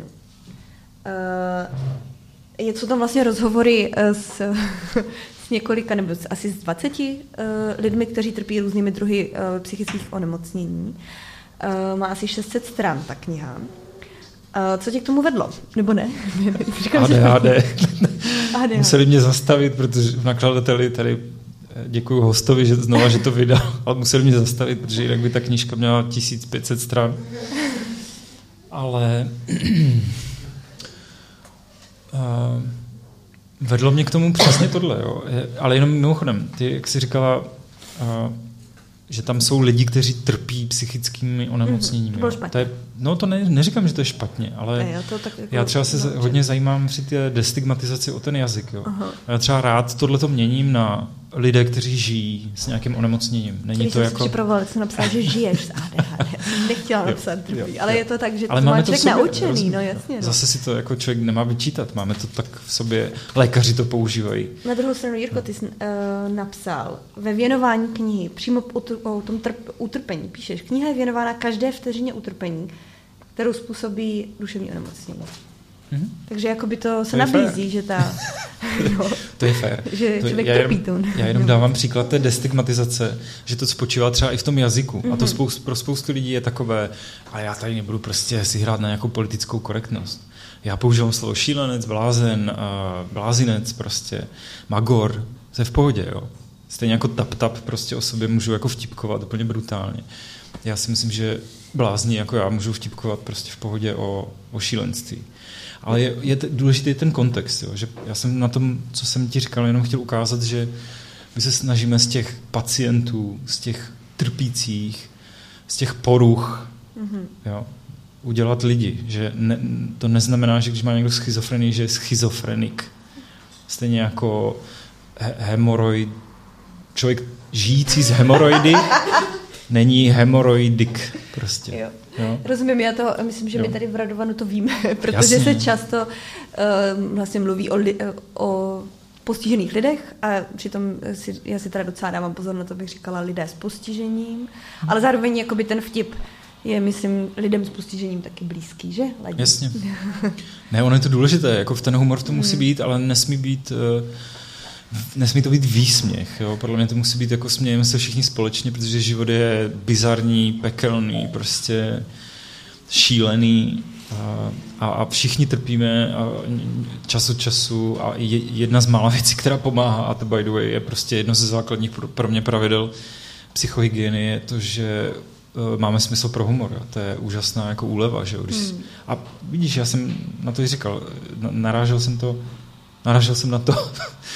Uh, jsou tam vlastně rozhovory uh, s, s několika, nebo s, asi s dvaceti uh, lidmi, kteří trpí různými druhy uh, psychických onemocnění. Uh, má asi šest set stran ta kniha. Uh, co tě k tomu vedlo? Nebo ne?
A D H D. Museli mě zastavit, protože v nakladateli tady děkuju hostovi, že znova, že to vydal, ale museli mě zastavit, protože jinak by ta knížka měla tisíc pět set stran. Ale uh, vedlo mě k tomu přesně tohle. Jo. Ale jenom mimochodem, ty, jak jsi říkala, uh, že tam jsou lidi, kteří trpí psychickými onemocněními.
Mm-hmm. To
to je, no to ne, neříkám, že to je špatně, ale
jo, to tak jako,
já třeba se no, hodně že... zajímám při té destigmatizaci o ten jazyk. Jo. Já třeba rád tohleto měním na lidé, kteří žijí s nějakým onemocněním. Není
Když
to
jsem
jako...
si připravovala, jsem napsala, že žiješ s A D H D. Já jsem nechtěla napsat trpí, jo, jo, ale je to tak, že
ale
to má
to
člověk
sobě,
naučený.
rozumím,
No jasně. No.
Zase si to jako člověk nemá vyčítat. Máme to tak v sobě, lékaři to používají.
Na druhou stranu, Jirko, ty jsi uh, napsal ve věnování knihy, přímo o tom trp, utrpení, píšeš, kniha je věnována každé vteřině utrpení, kterou způsobí duševní onemocnění. Mm-hmm. Takže jakoby to se to nabízí, fér. Že ta... no,
to je fér.
Že
to
člověk
je,
trpí to.
Já jenom dávám příklad té destigmatizace, že to spočívá třeba i v tom jazyku. Mm-hmm. A to spoust, pro spoustu lidí je takové, a já tady nebudu prostě si hrát na nějakou politickou korektnost. Já používám slovo šílenec, blázen, uh, blázinec prostě, magor, to je v pohodě, jo. Stejně jako tap-tap prostě o sobě můžu jako vtipkovat úplně brutálně. Já si myslím, že blázni jako já můžu vtipkovat prostě v pohodě o, o šílenství. Ale je, je t- důležitý ten kontext, jo, že já jsem na tom, co jsem ti říkal, jenom chtěl ukázat, že my se snažíme z těch pacientů, z těch trpících, z těch poruch, mm-hmm. jo, udělat lidi. Že ne, to neznamená, že když má někdo schizofrenii, že je schizofrenik. Stejně jako he- hemoroid, člověk žijící z hemoroidy není hemoroidik prostě.
Jo.
Jo?
Rozumím, já to myslím, že jo. My tady v Radovanu to víme, protože Jasně. se často uh, vlastně mluví o, li, o postižených lidech a přitom si, já si teda docela dávám pozor na to, bych říkala lidé s postižením, hmm. ale zároveň jakoby ten vtip je, myslím, lidem s postižením taky blízký, že? Ladí.
Jasně. Ne, ono je to důležité, jako v ten humor to musí být, ale nesmí být... Uh, Nesmí to být výsměch, jo? Podle mě to musí být jako smějeme se všichni společně, protože život je bizarní, pekelný, prostě šílený a, a všichni trpíme a čas od času a jedna z mála věcí, která pomáhá, a to by the way je prostě jedno ze základních pro mě pravidel psychohygieny, je to, že máme smysl pro humor. Jo? To je úžasná jako úleva. Že? Když, hmm. A vidíš, já jsem na to i říkal, narážel jsem to, narážel jsem na to,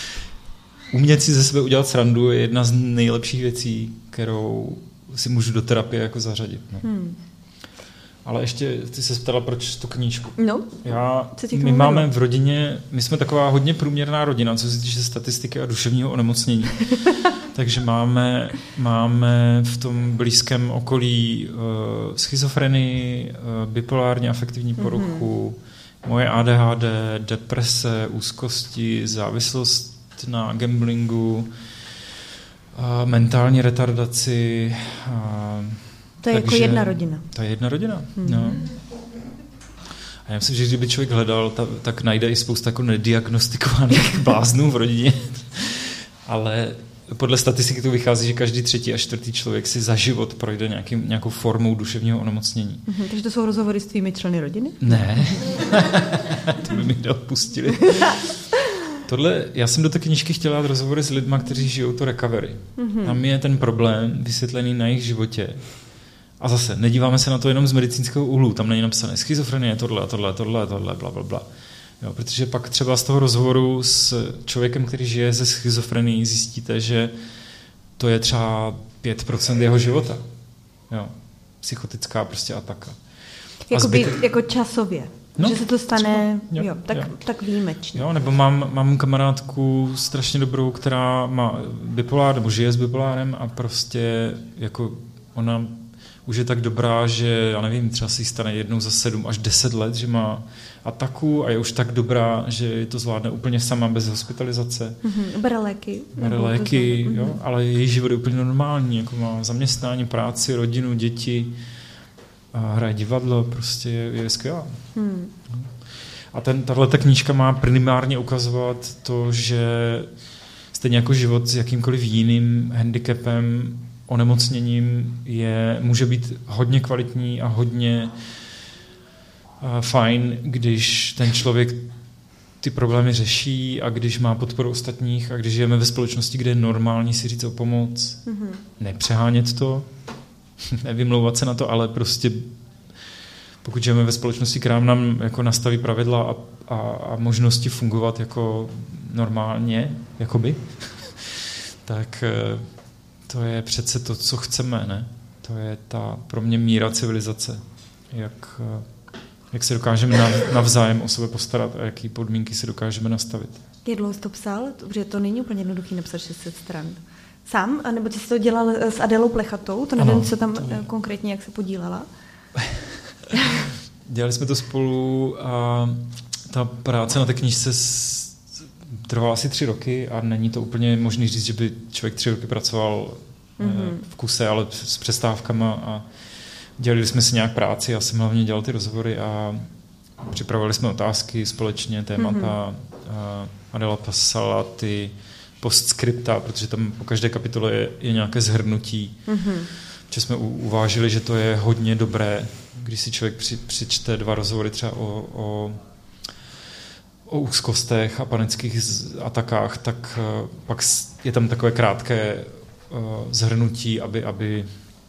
umět si ze sebe udělat srandu je jedna z nejlepších věcí, kterou si můžu do terapie jako zařadit. No. Hmm. Ale ještě ty se ptala, proč tu knížku.
No,
Já, my máme v rodině, my jsme taková hodně průměrná rodina, co se týče statistiky a duševního onemocnění. Takže máme, máme v tom blízkém okolí uh, schizofrenii, uh, bipolární afektivní poruchu, mm-hmm. moje A D H D, deprese, úzkosti, závislost na gamblingu, a mentální retardaci. A,
to je takže, jako jedna rodina.
To je jedna rodina, mm-hmm. no. A já myslím, že kdyby člověk hledal, ta, tak najde i spousta jako nediagnostikovaných bláznů v rodině. Ale podle statistiky to vychází, že každý třetí a čtvrtý člověk si za život projde nějakým, nějakou formou duševního onemocnění.
Mm-hmm, takže to jsou rozhovory s tvými členy rodiny?
Ne. To by mi neodpustili. Tohle, já jsem do té knížky chtěl dát rozhovory s lidma, kteří žijou to recovery. Mm-hmm. Tam je ten problém vysvětlený na jejich životě. A zase, nedíváme se na to jenom z medicínského úhlu. Tam není napsané schizofrenie, tohle, tohle, tohle, tohle, bla, bla, bla. Jo, protože pak třeba z toho rozhovoru s člověkem, který žije ze schizofrenií, zjistíte, že to je třeba pět procent jeho života. Jo, psychotická prostě ataka.
Jakoby, zbytek... jako časově. No, že se to stane jo, jo, tak, jo. tak výjimečně.
Jo, nebo mám, mám kamarádku strašně dobrou, která má bipolár, nebo žije s bipolárem a prostě jako ona už je tak dobrá, že já nevím, třeba si stane jednou za sedm až deset let, že má ataku a je už tak dobrá, že to zvládne úplně sama bez hospitalizace.
Mm-hmm. Bere léky.
Bere léky, jo, mm-hmm. ale její život je úplně normální, jako má zaměstnání, práci, rodinu, děti, a hraje divadlo, prostě je, je skvělá. Hmm. A ten, tato knížka má primárně ukazovat to, že stejně jako život s jakýmkoliv jiným handicapem, onemocněním je, může být hodně kvalitní a hodně a fajn, když ten člověk ty problémy řeší a když má podporu ostatních a když žijeme ve společnosti, kde je normální si říct o pomoc, mm-hmm. nepřehánět to, nevymlouvat se na to, ale prostě pokud žijeme ve společnosti, která nám jako nastaví pravidla a, a, a možnosti fungovat jako normálně, jakoby, tak to je přece to, co chceme, ne? To je ta pro mě míra civilizace. Jak, jak se dokážeme navzájem o sebe postarat a jaký podmínky si dokážeme nastavit.
Jak dlouho jsi to psal? Protože to není úplně jednoduchý napsat šest set stran. Sám? A nebo ty jsi to dělal s Adélou Plechatou? To nevím, ano, co tam to... konkrétně, jak se podílela.
Dělali jsme to spolu a ta práce na té knížce trvala asi tři roky a není to úplně možný říct, že by člověk tři roky pracoval mm-hmm. v kuse, ale s přestávkama a dělali jsme si nějak práci, já jsem hlavně dělal ty rozhovory a připravovali jsme otázky společně, témata. Mm-hmm. Adela psala ty postskripta, protože tam po každé kapitole je, je nějaké shrnutí. Mm-hmm. Že jsme uvážili, že to je hodně dobré, když si člověk při, přičte dva rozhovory třeba o, o, o úzkostech a panických atakách, tak uh, pak je tam takové krátké uh, shrnutí, aby, aby,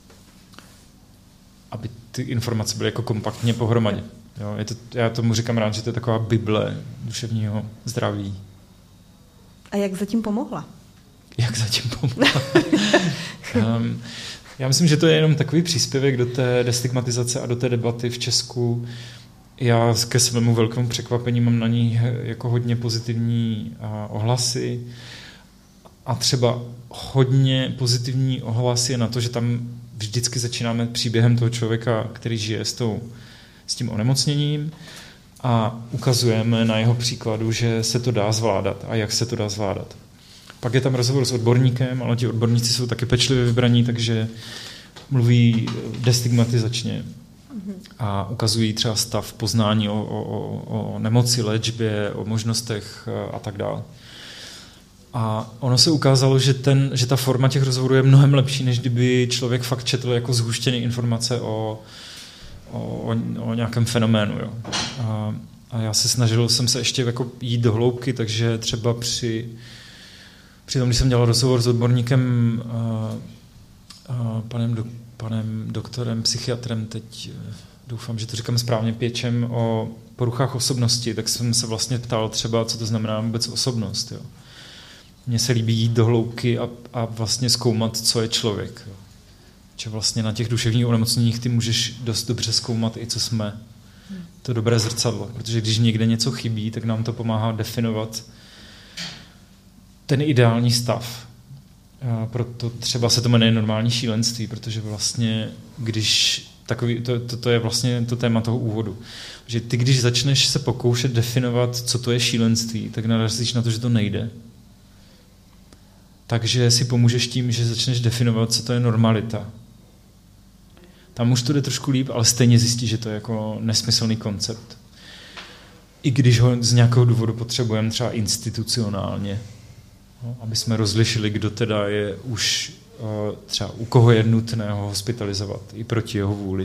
aby ty informace byly jako kompaktně pohromadě. Jo, je to, já tomu říkám rád, že to je taková bible duševního zdraví.
A jak zatím pomohla?
Jak zatím pomohla? um, já myslím, že to je jenom takový příspěvek do té destigmatizace a do té debaty v Česku. Já ke svému velkému překvapení mám na ní jako hodně pozitivní ohlasy a třeba hodně pozitivní ohlasy je na to, že tam vždycky začínáme příběhem toho člověka, který žije s, tou, s tím onemocněním a ukazujeme na jeho příkladu, že se to dá zvládat a jak se to dá zvládat. Pak je tam rozhovor s odborníkem, ale ti odborníci jsou taky pečlivě vybraní, takže mluví destigmatizačně a ukazují třeba stav poznání o, o, o, o nemoci, léčbě, o možnostech a tak dále. A ono se ukázalo, že, ten, že ta forma těch rozhovorů je mnohem lepší, než kdyby člověk fakt četl jako zhuštěné informace o, o, o nějakém fenoménu. Jo. A, a já se snažil jsem se ještě jako jít do hloubky, takže třeba při Přitom, když jsem dělal rozhovor s odborníkem, uh, uh, panem, do, panem doktorem, psychiatrem, teď uh, doufám, že to říkám správně, Pěčem, o poruchách osobnosti, tak jsem se vlastně ptal třeba, co to znamená vůbec osobnost. Jo. Mně se líbí jít do hloubky a, a vlastně zkoumat, co je člověk. Jo. Že vlastně na těch duševních onemocněních ty můžeš dost dobře zkoumat i co jsme. To dobré zrcadlo, protože když někde něco chybí, tak nám to pomáhá definovat ten ideální stav. A proto třeba se to jmenuje normální šílenství, protože vlastně, když takový, to, to, to je vlastně to téma toho úvodu, že ty, když začneš se pokoušet definovat, co to je šílenství, tak narazíš na to, že to nejde. Takže si pomůžeš tím, že začneš definovat, co to je normalita. Tam už to jde trošku líp, ale stejně zjistíš, že to je jako nesmyslný koncept. I když ho z nějakého důvodu potřebujeme třeba institucionálně, no, aby jsme rozlišili, kdo teda je už uh, třeba u koho je nutné ho hospitalizovat i proti jeho vůli.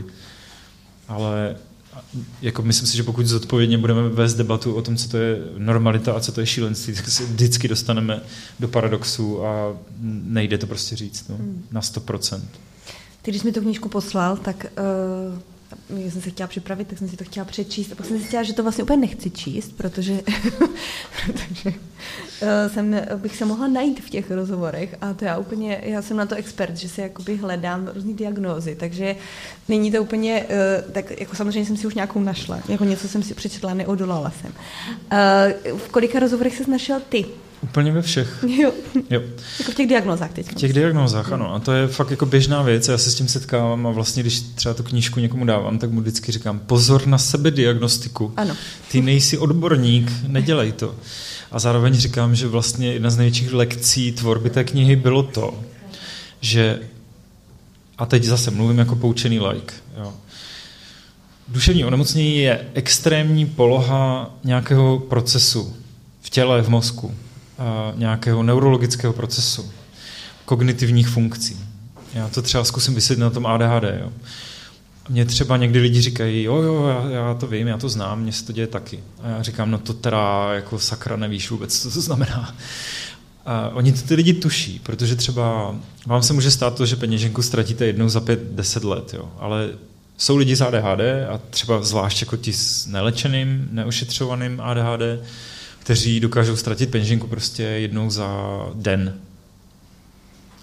Ale jako myslím si, že pokud zodpovědně budeme vést debatu o tom, co to je normalita a co to je šílenství, tak se vždycky dostaneme do paradoxu a nejde to prostě říct, no, na sto procent.
Ty, když mi tu knížku poslal, tak uh, já jsem se chtěla připravit, tak jsem si to chtěla přečíst a pak jsem zjistila, že to vlastně úplně nechci číst, protože, protože uh, jsem, bych se mohla najít v těch rozhovorech a to já úplně, já jsem na to expert, že si jakoby hledám různý diagnózy, takže není to úplně, uh, tak jako samozřejmě jsem si už nějakou našla, jako něco jsem si přečetla, neodolala jsem. Uh, v kolika rozhovorech jsi našel ty?
Úplně ve všech.
Jo.
Jo.
Jako v těch diagnózách teď.
V těch diagnózách, ano. A to je fakt jako běžná věc. Já se s tím setkávám a vlastně, když třeba tu knížku někomu dávám, tak mu vždycky říkám, pozor na sebe diagnostiku.
Ano.
Ty nejsi odborník, nedělej to. A zároveň říkám, že vlastně jedna z největších lekcí tvorby té knihy bylo to, že, a teď zase mluvím jako poučený laik, jo. Duševní onemocnění je extrémní poloha nějakého procesu v těle, v mozku, nějakého neurologického procesu, kognitivních funkcí. Já to třeba zkusím vysvětlit na tom A D H D. Jo. Mně třeba někdy lidi říkají, jo, jo, já, já to vím, já to znám, mně se to děje taky. A já říkám, no to teda jako sakra nevíš vůbec, co to znamená. A oni to ty lidi tuší, protože třeba vám se může stát to, že peněženku ztratíte jednou za pět, deset let, jo. Ale jsou lidi s A D H D a třeba zvlášť jako ti s nelečeným, neošetřovaným A D H D, kteří dokážou ztratit peněženku prostě jednou za den.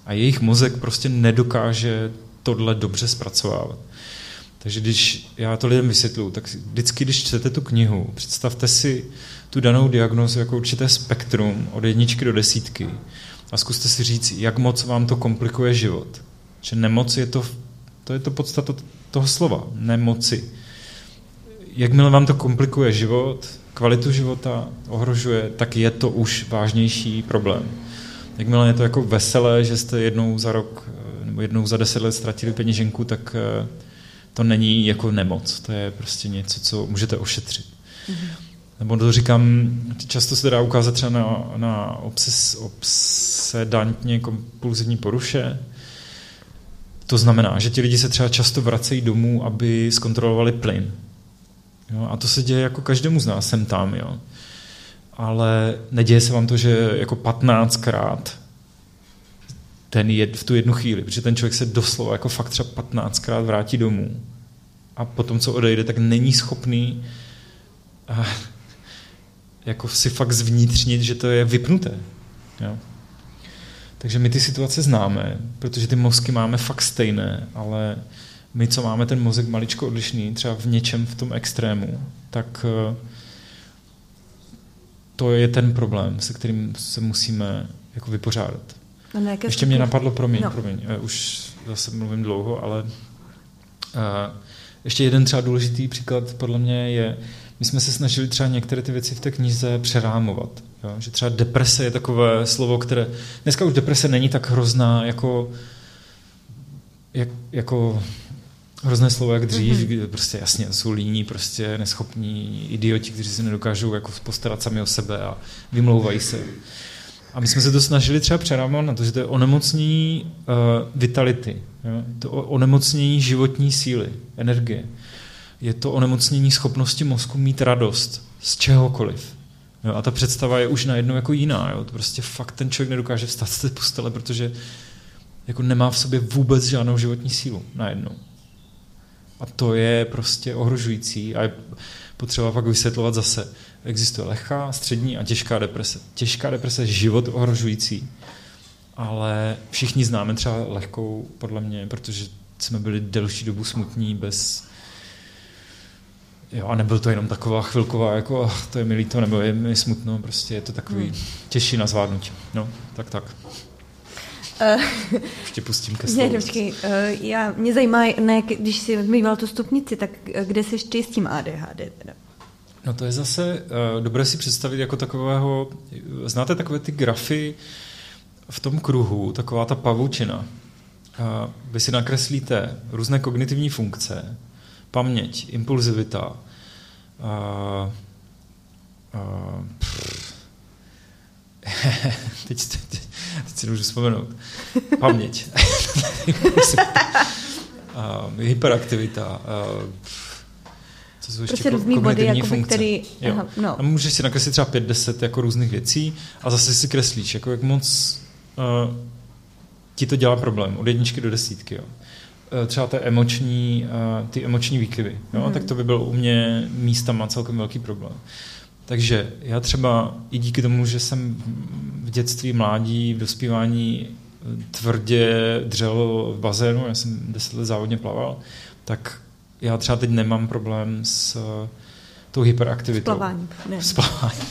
A jejich mozek prostě nedokáže tohle dobře zpracovávat. Takže když já to lidem vysvětluji, tak vždycky, když čtete tu knihu, představte si tu danou diagnózu jako určité spektrum od jedničky do desítky a zkuste si říct, jak moc vám to komplikuje život. Že nemoc je to, to je to podstata toho slova, nemoci. Jakmile vám to komplikuje život, kvalitu života ohrožuje, tak je to už vážnější problém. Jakmile je to jako veselé, že jste jednou za rok nebo jednou za deset let ztratili peněženku, tak to není jako nemoc. To je prostě něco, co můžete ošetřit. Mm-hmm. Nebo to říkám, často se dá ukázat třeba na, na obses, obsedantně kompulzivní poruše. To znamená, že ti lidi se třeba často vracejí domů, aby zkontrolovali plyn. Jo, a to se děje jako každému z nás, sem tam, jo. Ale neděje se vám to, že jako patnáctkrát ten jed, v tu jednu chvíli, protože ten člověk se doslova jako fakt třeba patnáctkrát vrátí domů a potom, co odejde, tak není schopný uh, jako si fakt zvnitřnit, že to je vypnuté. Jo. Takže my ty situace známe, protože ty mozky máme fakt stejné, ale my, co máme ten mozek maličko odlišný, třeba v něčem v tom extrému, tak uh, to je ten problém, se kterým se musíme jako vypořádat.
No,
ještě mě napadlo, promiň, no. promiň, už zase mluvím dlouho, ale uh, ještě jeden třeba důležitý příklad podle mě je, my jsme se snažili třeba některé ty věci v té knize přerámovat. Jo? Že třeba deprese je takové slovo, které, dneska už deprese není tak hrozná jako, jak, jako hrozné slovo jak dřív, mm-hmm. kde prostě jasně jsou líní, prostě neschopní idioti, kteří se nedokážou jako postarat sami o sebe a vymlouvají se. A my jsme se to snažili třeba přerámovat na to, že to je onemocnění uh, vitality, jo? To onemocnění životní síly, energie. Je to onemocnění schopnosti mozku mít radost z čehokoliv. Jo? A ta představa je už najednou jako jiná. Jo? To prostě fakt ten člověk nedokáže vstát z té postele, protože jako nemá v sobě vůbec žádnou životní sílu najednou. A to je prostě ohrožující a je potřeba fakt vysvětlovat zase. Existuje lehká, střední a těžká deprese. Těžká deprese je život ohrožující, ale všichni známe třeba lehkou, podle mě, protože jsme byli delší dobu smutní bez... Jo, a nebyl to jenom taková chvilková, jako oh, to je mi líto, nebo je mi smutno, prostě je to takový hmm. těžší na zvládnutí. No, tak, tak. Uh, Ještě pustím ke slovu.
Ne, počkej, uh, já, mě zajímá, ne, když jsi mýval tu stupnici, tak kde jsi ty s tím A D H D teda?
No to je zase uh, dobré si představit jako takového, znáte takové ty grafy v tom kruhu, taková ta pavučina. Uh, vy si nakreslíte různé kognitivní funkce, paměť, impulzivita, uh, uh, teď, teď, teď si nemůžu vzpomenout, paměť, uh, hyperaktivita, uh, co jsou ještě
prostě
ko- kognitivní
body,
funkce.
Který, aha, no.
A můžeš si nakreslit třeba pět deset jako různých věcí a zase si kreslíš, jako jak moc uh, ti to dělá problém, od jedničky do desítky. Jo. Uh, třeba ty emoční, uh, ty emoční výkyvy, jo, mm-hmm. tak to by byl u mě místama celkem velký problém. Takže já třeba i díky tomu, že jsem v dětství, mládí, v dospívání tvrdě dřel v bazénu, já jsem deset let závodně plaval, tak já třeba teď nemám problém s uh, tou hyperaktivitou.
S plaváním. Ne.
S plaváním.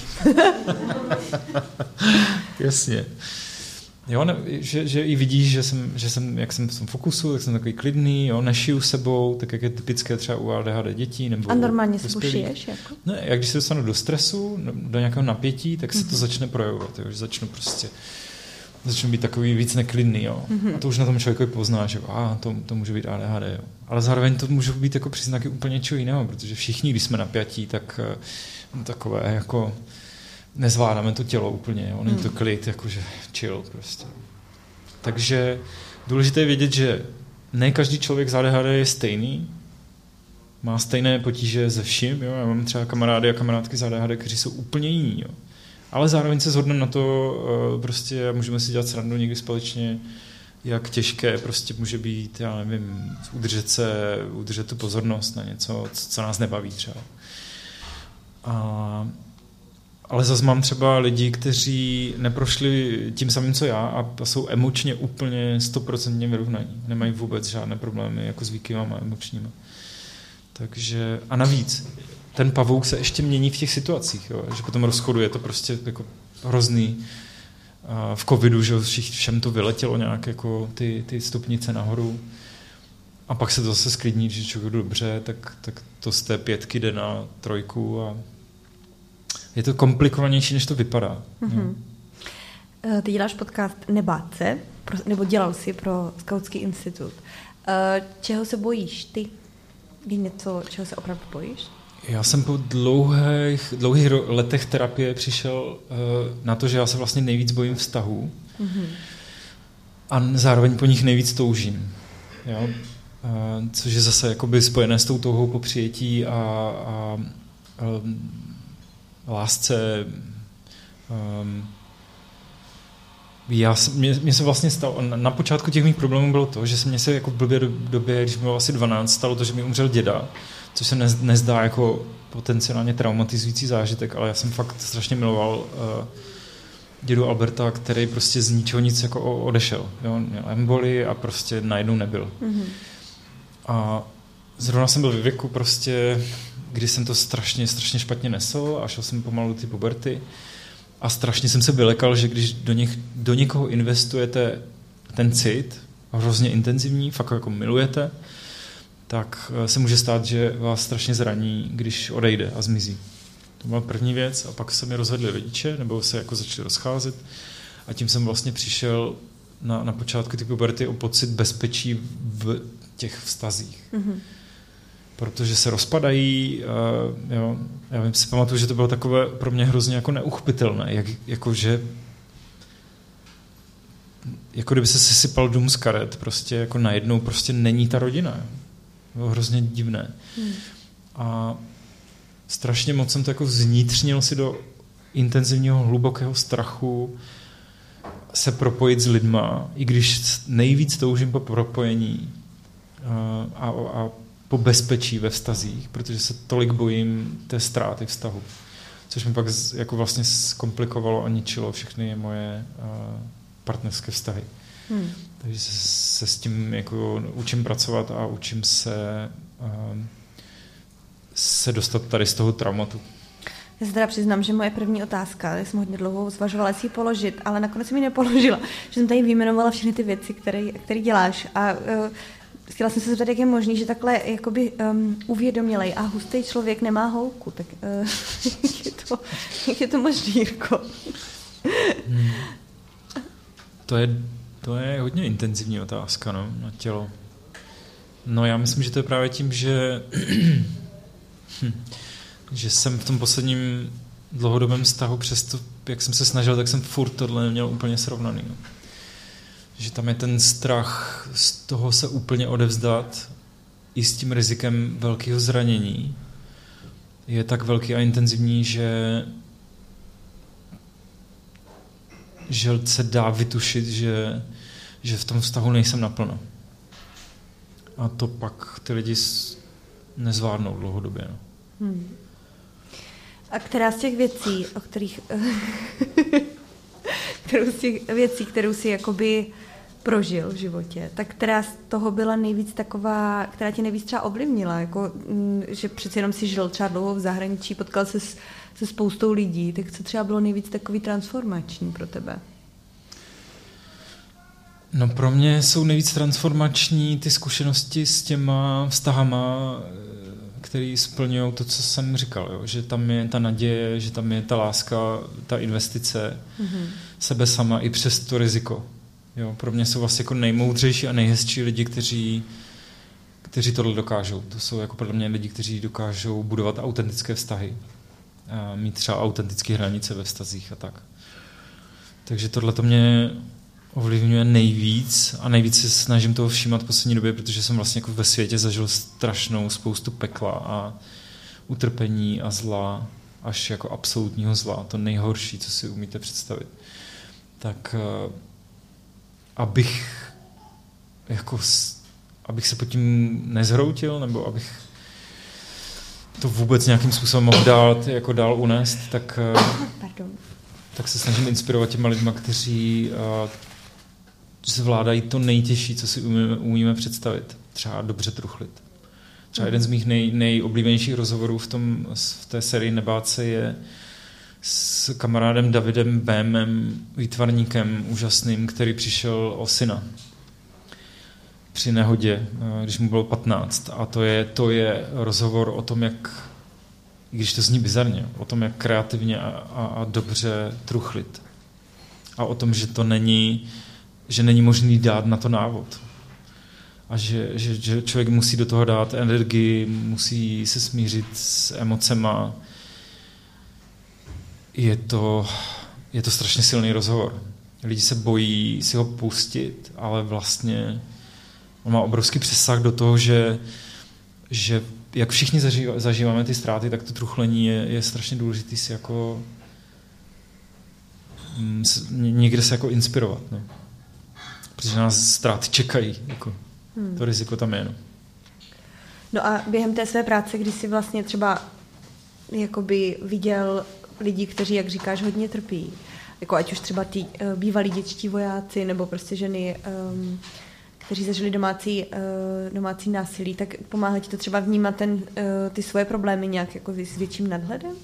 Jasně. Jo, ne, že, že i vidíš, že jsem, že jsem, jak jsem v tom fokusu, tak jsem takový klidný, jo, nešiju sebou, tak jak je typické třeba u A D H D dětí. Nebo
a normálně se šiješ? Jako?
Ne, jak když se dostanu do stresu, do nějakého napětí, tak se mm-hmm. to začne projevovat, jo, že začnu prostě začnu být takový víc neklidný, jo. Mm-hmm. A to už na tom člověku pozná, že a, to, to může být A D H D, jo. Ale zároveň to může být jako příznaky úplně čeho jiného, protože všichni, když jsme napjatí, tak no, takové jako nezvládáme to tělo úplně, jo. Není to klid, jakože chill prostě. Takže důležité je vědět, že ne každý člověk z A D H D je stejný, má stejné potíže ze vším, jo. Já mám třeba kamarády a kamarádky z A D H D, kteří jsou úplně jiní, jo. Ale zároveň se shodneme na to, prostě můžeme si dělat srandu někdy společně, jak těžké prostě může být, já nevím, udržet se, udržet tu pozornost na něco, co nás nebaví třeba. A, ale zase mám třeba lidi, kteří neprošli tím samým, co já a jsou emočně úplně stoprocentně vyrovnaní. Nemají vůbec žádné problémy jako s výkyvama emočníma. Takže a navíc, ten pavouk se ještě mění v těch situacích, jo? Že po tom rozchodu je to prostě jako hrozný. A v covidu, že všem to vyletělo nějak jako ty, ty stupnice nahoru. A pak se to zase sklidní, že člověk dobře, tak, tak to z té pětky jde na trojku a je to komplikovanější, než to vypadá.
Mm-hmm. Ty děláš podcast Nebát se, nebo dělal jsi pro Skautský institut. Čeho se bojíš ty? Je něco, čeho se opravdu bojíš?
Já jsem po dlouhých, dlouhých letech terapie přišel na to, že já se vlastně nejvíc bojím vztahů mm-hmm. a zároveň po nich nejvíc toužím. Jo? Což je zase jakoby spojené s tou touhou po přijetí a, a, a lásce. Um, já, mě, mě se vlastně stalo, na, na počátku těch mých problémů bylo to, že se mě se jako v blbě do, době, když mi bylo asi dvanáct, stalo to, že mi umřel děda, což se ne, nezdá jako potenciálně traumatizující zážitek, ale já jsem fakt strašně miloval uh, dědu Alberta, který prostě z ničeho nic jako odešel. Jo? Měl emboli a prostě najednou nebyl. Mm-hmm. A zrovna jsem byl ve věku prostě, kdy jsem to strašně, strašně špatně nesl a šel jsem pomalu do ty puberty a strašně jsem se vylekal, že když do, něk, do někoho investujete ten cit, hrozně intenzivní, fakt jako milujete, tak se může stát, že vás strašně zraní, když odejde a zmizí. To byla první věc a pak se mi rozhodli rodiče, nebo se jako začali rozcházet a tím jsem vlastně přišel na, na počátku ty puberty o pocit bezpečí v těch vztazích. Mm-hmm. Protože se rozpadají, uh, jo, já si pamatuju, že to bylo takové pro mě hrozně jako neuchopitelné, jak, jako že jako kdyby se sesypal dům z karet, prostě jako najednou prostě není ta rodina. Bylo hrozně divné. Mm. A strašně moc jsem to jako zvnitřnil si do intenzivního, hlubokého strachu se propojit s lidma, i když nejvíc toužím po propojení a, a po bezpečí ve vztazích, protože se tolik bojím té ztráty vztahu. Což mi pak jako vlastně zkomplikovalo a ničilo všechny moje partnerské vztahy. Hmm. Takže se, se s tím jako učím pracovat a učím se se dostat tady z toho traumatu.
Já se teda přiznám, že moje první otázka, já jsem hodně dlouho zvažovala, jestli ji položit, ale nakonec jsem ji nepoložila. Že jsem tady vyjmenovala všechny ty věci, které, které děláš a uh, chtěla jsem se zeptat, jak je možný, že takhle jakoby um, uvědomělej a hustý člověk nemá holku. Tak uh, jak, je to, jak je to možný, Jirko?
Hmm. To je, to je hodně intenzivní otázka, no, na tělo. No já myslím, že to je právě tím, že že jsem v tom posledním dlouhodobém vztahu přesto, jak jsem se snažil, tak jsem furt tohle neměl úplně srovnaný. No. Že tam je ten strach z toho se úplně odevzdat i s tím rizikem velkého zranění. Je tak velký a intenzivní, že že se dá vytušit, že, že v tom vztahu nejsem naplno. A to pak ty lidi nezvládnou dlouhodobě. No. Hmm.
A která z těch věcí, o kterých kterou z těch věcí, kterou jsi jakoby prožil v životě, tak která z toho byla nejvíc taková, která tě nejvíc třeba ovlivnila, jako, že přeci jenom si žil třeba dlouho v zahraničí, potkal se s, se spoustou lidí, tak co třeba bylo nejvíc takový transformační pro tebe?
No pro mě jsou nejvíc transformační ty zkušenosti s těma vztahama, který splňují to, co jsem říkal, jo? Že tam je ta naděje, že tam je ta láska, ta investice, mm-hmm. sebe sama i přes to riziko. Jo? Pro mě jsou vlastně jako nejmoudřejší a nejhezčí lidi, kteří, kteří tohle dokážou. To jsou jako podle mě lidi, kteří dokážou budovat autentické vztahy. A mít třeba autentické hranice ve vztazích a tak. Takže tohle to mě ovlivňuje nejvíc a nejvíc se snažím toho všímat v poslední době, protože jsem vlastně jako ve světě zažil strašnou spoustu pekla a utrpení a zla, až jako absolutního zla, to nejhorší, co si umíte představit. Tak abych jako abych se pod tím nezhroutil, nebo abych to vůbec nějakým způsobem mohl dát, jako dál unést, tak,
Pardon.
tak se snažím inspirovat těma lidma, kteří uh, zvládají to nejtěžší, co si umíme, umíme představit. Třeba dobře truchlit. Třeba jeden z mých nej, nejoblíbenějších rozhovorů v, tom, v té sérii Nebát se je s kamarádem Davidem Bémem, výtvarníkem úžasným, který přišel o syna při nehodě, když mu bylo patnáct. A to je, to je rozhovor o tom, jak, i když to zní bizarně, o tom, jak kreativně a, a, a dobře truchlit. A o tom, že to není, že není možný dát na to návod. A že, že, že člověk musí do toho dát energii, musí se smířit s emocema. Je to, je to strašně silný rozhovor. Lidi se bojí si ho pustit, ale vlastně on má obrovský přesah do toho, že, že jak všichni zažíváme, zažíváme ty ztráty, tak to truchlení je, je strašně důležitý si jako někde se jako inspirovat. No. Protože nás ztráty čekají. Jako. Hmm. To riziko tam je. No.
No a během té své práce, kdy jsi vlastně třeba jakoby viděl lidi, kteří, jak říkáš, hodně trpí, jako ať už třeba ty uh, bývalí dětští vojáci, nebo prostě ženy, um, kteří zažili domácí, uh, domácí násilí, tak pomáhá ti to třeba vnímat ten, uh, ty svoje problémy nějak jako s větším nadhledem?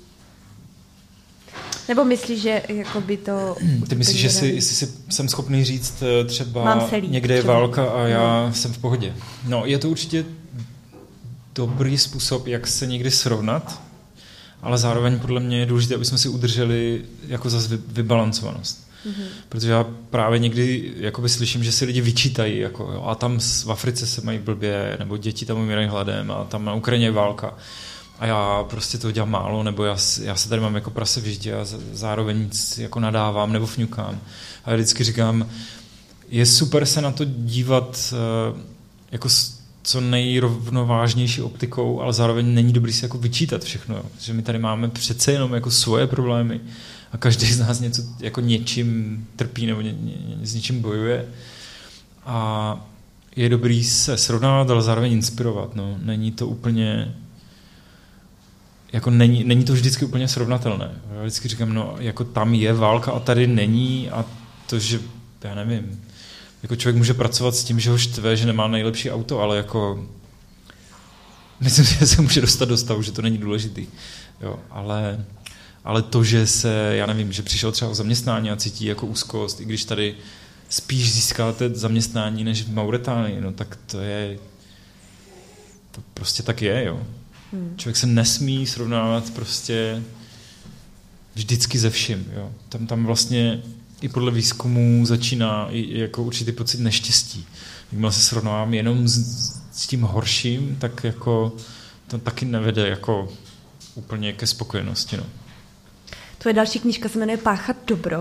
Nebo myslíš, že jakoby to...
Ty myslíš, že si, jestli si, jsem schopný říct třeba
líp,
někde je
třeba.
válka a já
no.
jsem v pohodě. No, je to určitě dobrý způsob, jak se někdy srovnat, ale zároveň podle mě je důležité, aby jsme si udrželi jako zase vybalancovanost. Mm-hmm. Protože já právě někdy jakoby slyším, že si lidi vyčítají, jako, jo, a tam v Africe se mají blbě, nebo děti tam umírají hladem a tam na Ukrajině je válka. A já prostě to dělám málo, nebo já, já se tady mám jako prase v žitě a zároveň jako nadávám nebo fňukám. A já vždycky říkám, je super se na to dívat uh, jako s co nejrovnovážnější optikou, ale zároveň není dobrý si jako vyčítat všechno. Jo. Že my tady máme přece jenom jako svoje problémy a každý z nás něco jako něčím trpí nebo ně, ně, s něčím bojuje. A je dobrý se srovnávat, ale zároveň inspirovat. No. Není to úplně... Jako není, není to vždycky úplně srovnatelné. Já vždycky říkám, no jako tam je válka a tady není a to, že já nevím, jako člověk může pracovat s tím, že ho štve, že nemá nejlepší auto, ale jako myslím si, že se může dostat do stavu, že to není důležitý. Jo, ale, ale to, že se, já nevím, že přišel třeba o zaměstnání a cítí jako úzkost, i když tady spíš získáte zaměstnání než v Mauretánii, no tak to je, to prostě tak je, jo. Hmm. Člověk se nesmí srovnávat prostě vždycky ze vším. Jo. Tam, tam vlastně i podle výzkumů začíná i jako určitý pocit neštěstí. Jakmile se srovnávám jenom s, s tím horším, tak jako to taky nevede jako úplně ke spokojenosti. No.
Tvoje další knížka se jmenuje Páchat dobro.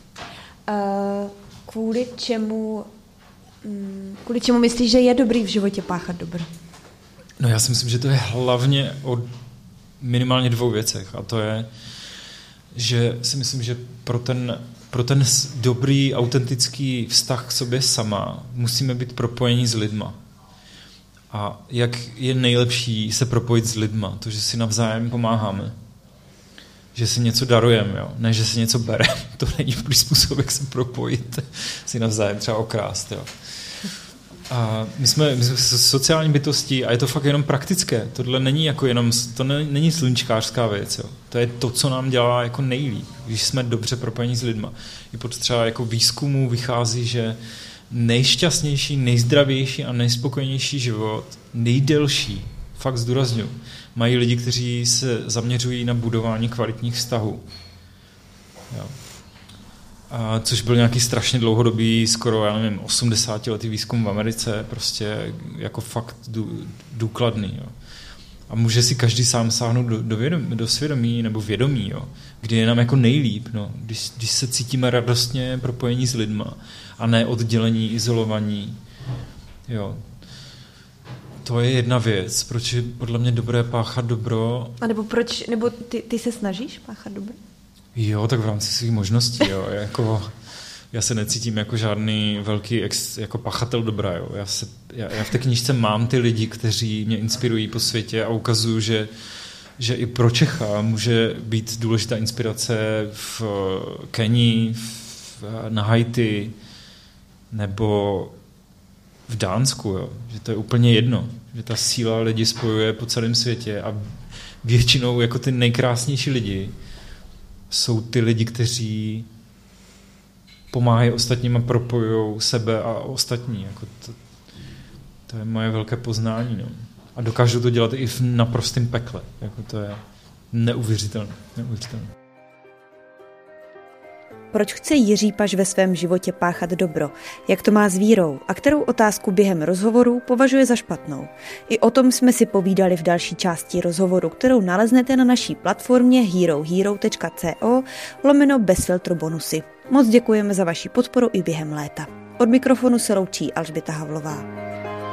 Kvůli čemu, kvůli čemu myslíš, že je dobrý v životě páchat dobro?
No já si myslím, že to je hlavně o minimálně dvou věcech. A to je, že si myslím, že pro ten, pro ten dobrý, autentický vztah k sobě sama musíme být propojení s lidma. A jak je nejlepší se propojit s lidma? To, že si navzájem pomáháme. Že si něco darujeme, jo? Ne, že si něco bereme. To není dobrý způsob, jak se propojit. Si navzájem třeba okrást, jo. A my jsme, my jsme sociální bytosti a je to fakt jenom praktické. Tohle není jako jenom, to ne, není sluníčkářská věc. Jo. To je to, co nám dělá jako nejlíp, když jsme dobře propojení s lidma. I pod třeba jako výzkumu vychází, že nejšťastnější, nejzdravější a nejspokojenější život, nejdelší, fakt zdůrazňuji, mají lidi, kteří se zaměřují na budování kvalitních vztahů. Jo. A což byl nějaký strašně dlouhodobý, skoro, já nevím, osmdesátiletý výzkum v Americe, prostě jako fakt dů, důkladný. Jo. A může si každý sám sáhnout do, do, vědomí, do svědomí nebo vědomí, jo, kdy je nám jako nejlíp, no, když, když se cítíme radostně propojení s lidma a ne oddělení, izolovaní. Jo. To je jedna věc, proč je podle mě dobré páchat dobro.
A nebo proč, nebo ty, ty se snažíš páchat dobro?
Jo, tak v rámci svých možností, jo, jako já se necítím jako žádný velký ex, jako pachatel dobra, jo. Já, se, já, já v té knížce mám ty lidi, kteří mě inspirují po světě a ukazuju, že že i pro Čecha může být důležitá inspirace v Kenii, na Haiti nebo v Dánsku, jo? Že to je úplně jedno, že ta síla lidi spojuje po celém světě a většinou jako ty nejkrásnější lidi jsou ty lidi, kteří pomáhají ostatním a propojují sebe a ostatní. Jako to, to je moje velké poznání. No. A dokážu to dělat i v naprostém pekle. Jako to je neuvěřitelné. neuvěřitelné.
Proč chce Jiří Paš ve svém životě páchat dobro? Jak to má s vírou? A kterou otázku během rozhovoru považuje za špatnou? I o tom jsme si povídali v další části rozhovoru, kterou naleznete na naší platformě herohero tečka co lomeno bez filtru bonusy. Moc děkujeme za vaši podporu i během léta. Od mikrofonu se loučí Alžběta Havlová.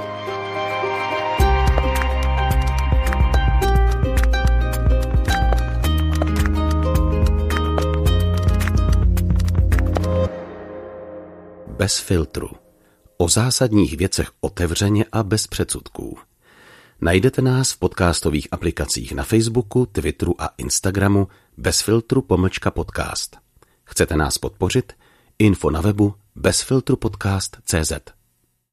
Bez filtru. O zásadních věcech otevřeně a bez předsudků. Najdete nás v podcastových aplikacích na Facebooku, Twitteru a Instagramu bez filtru pomlčka podcast. Chcete nás podpořit? Info na webu bezfiltrupodcast tečka cz.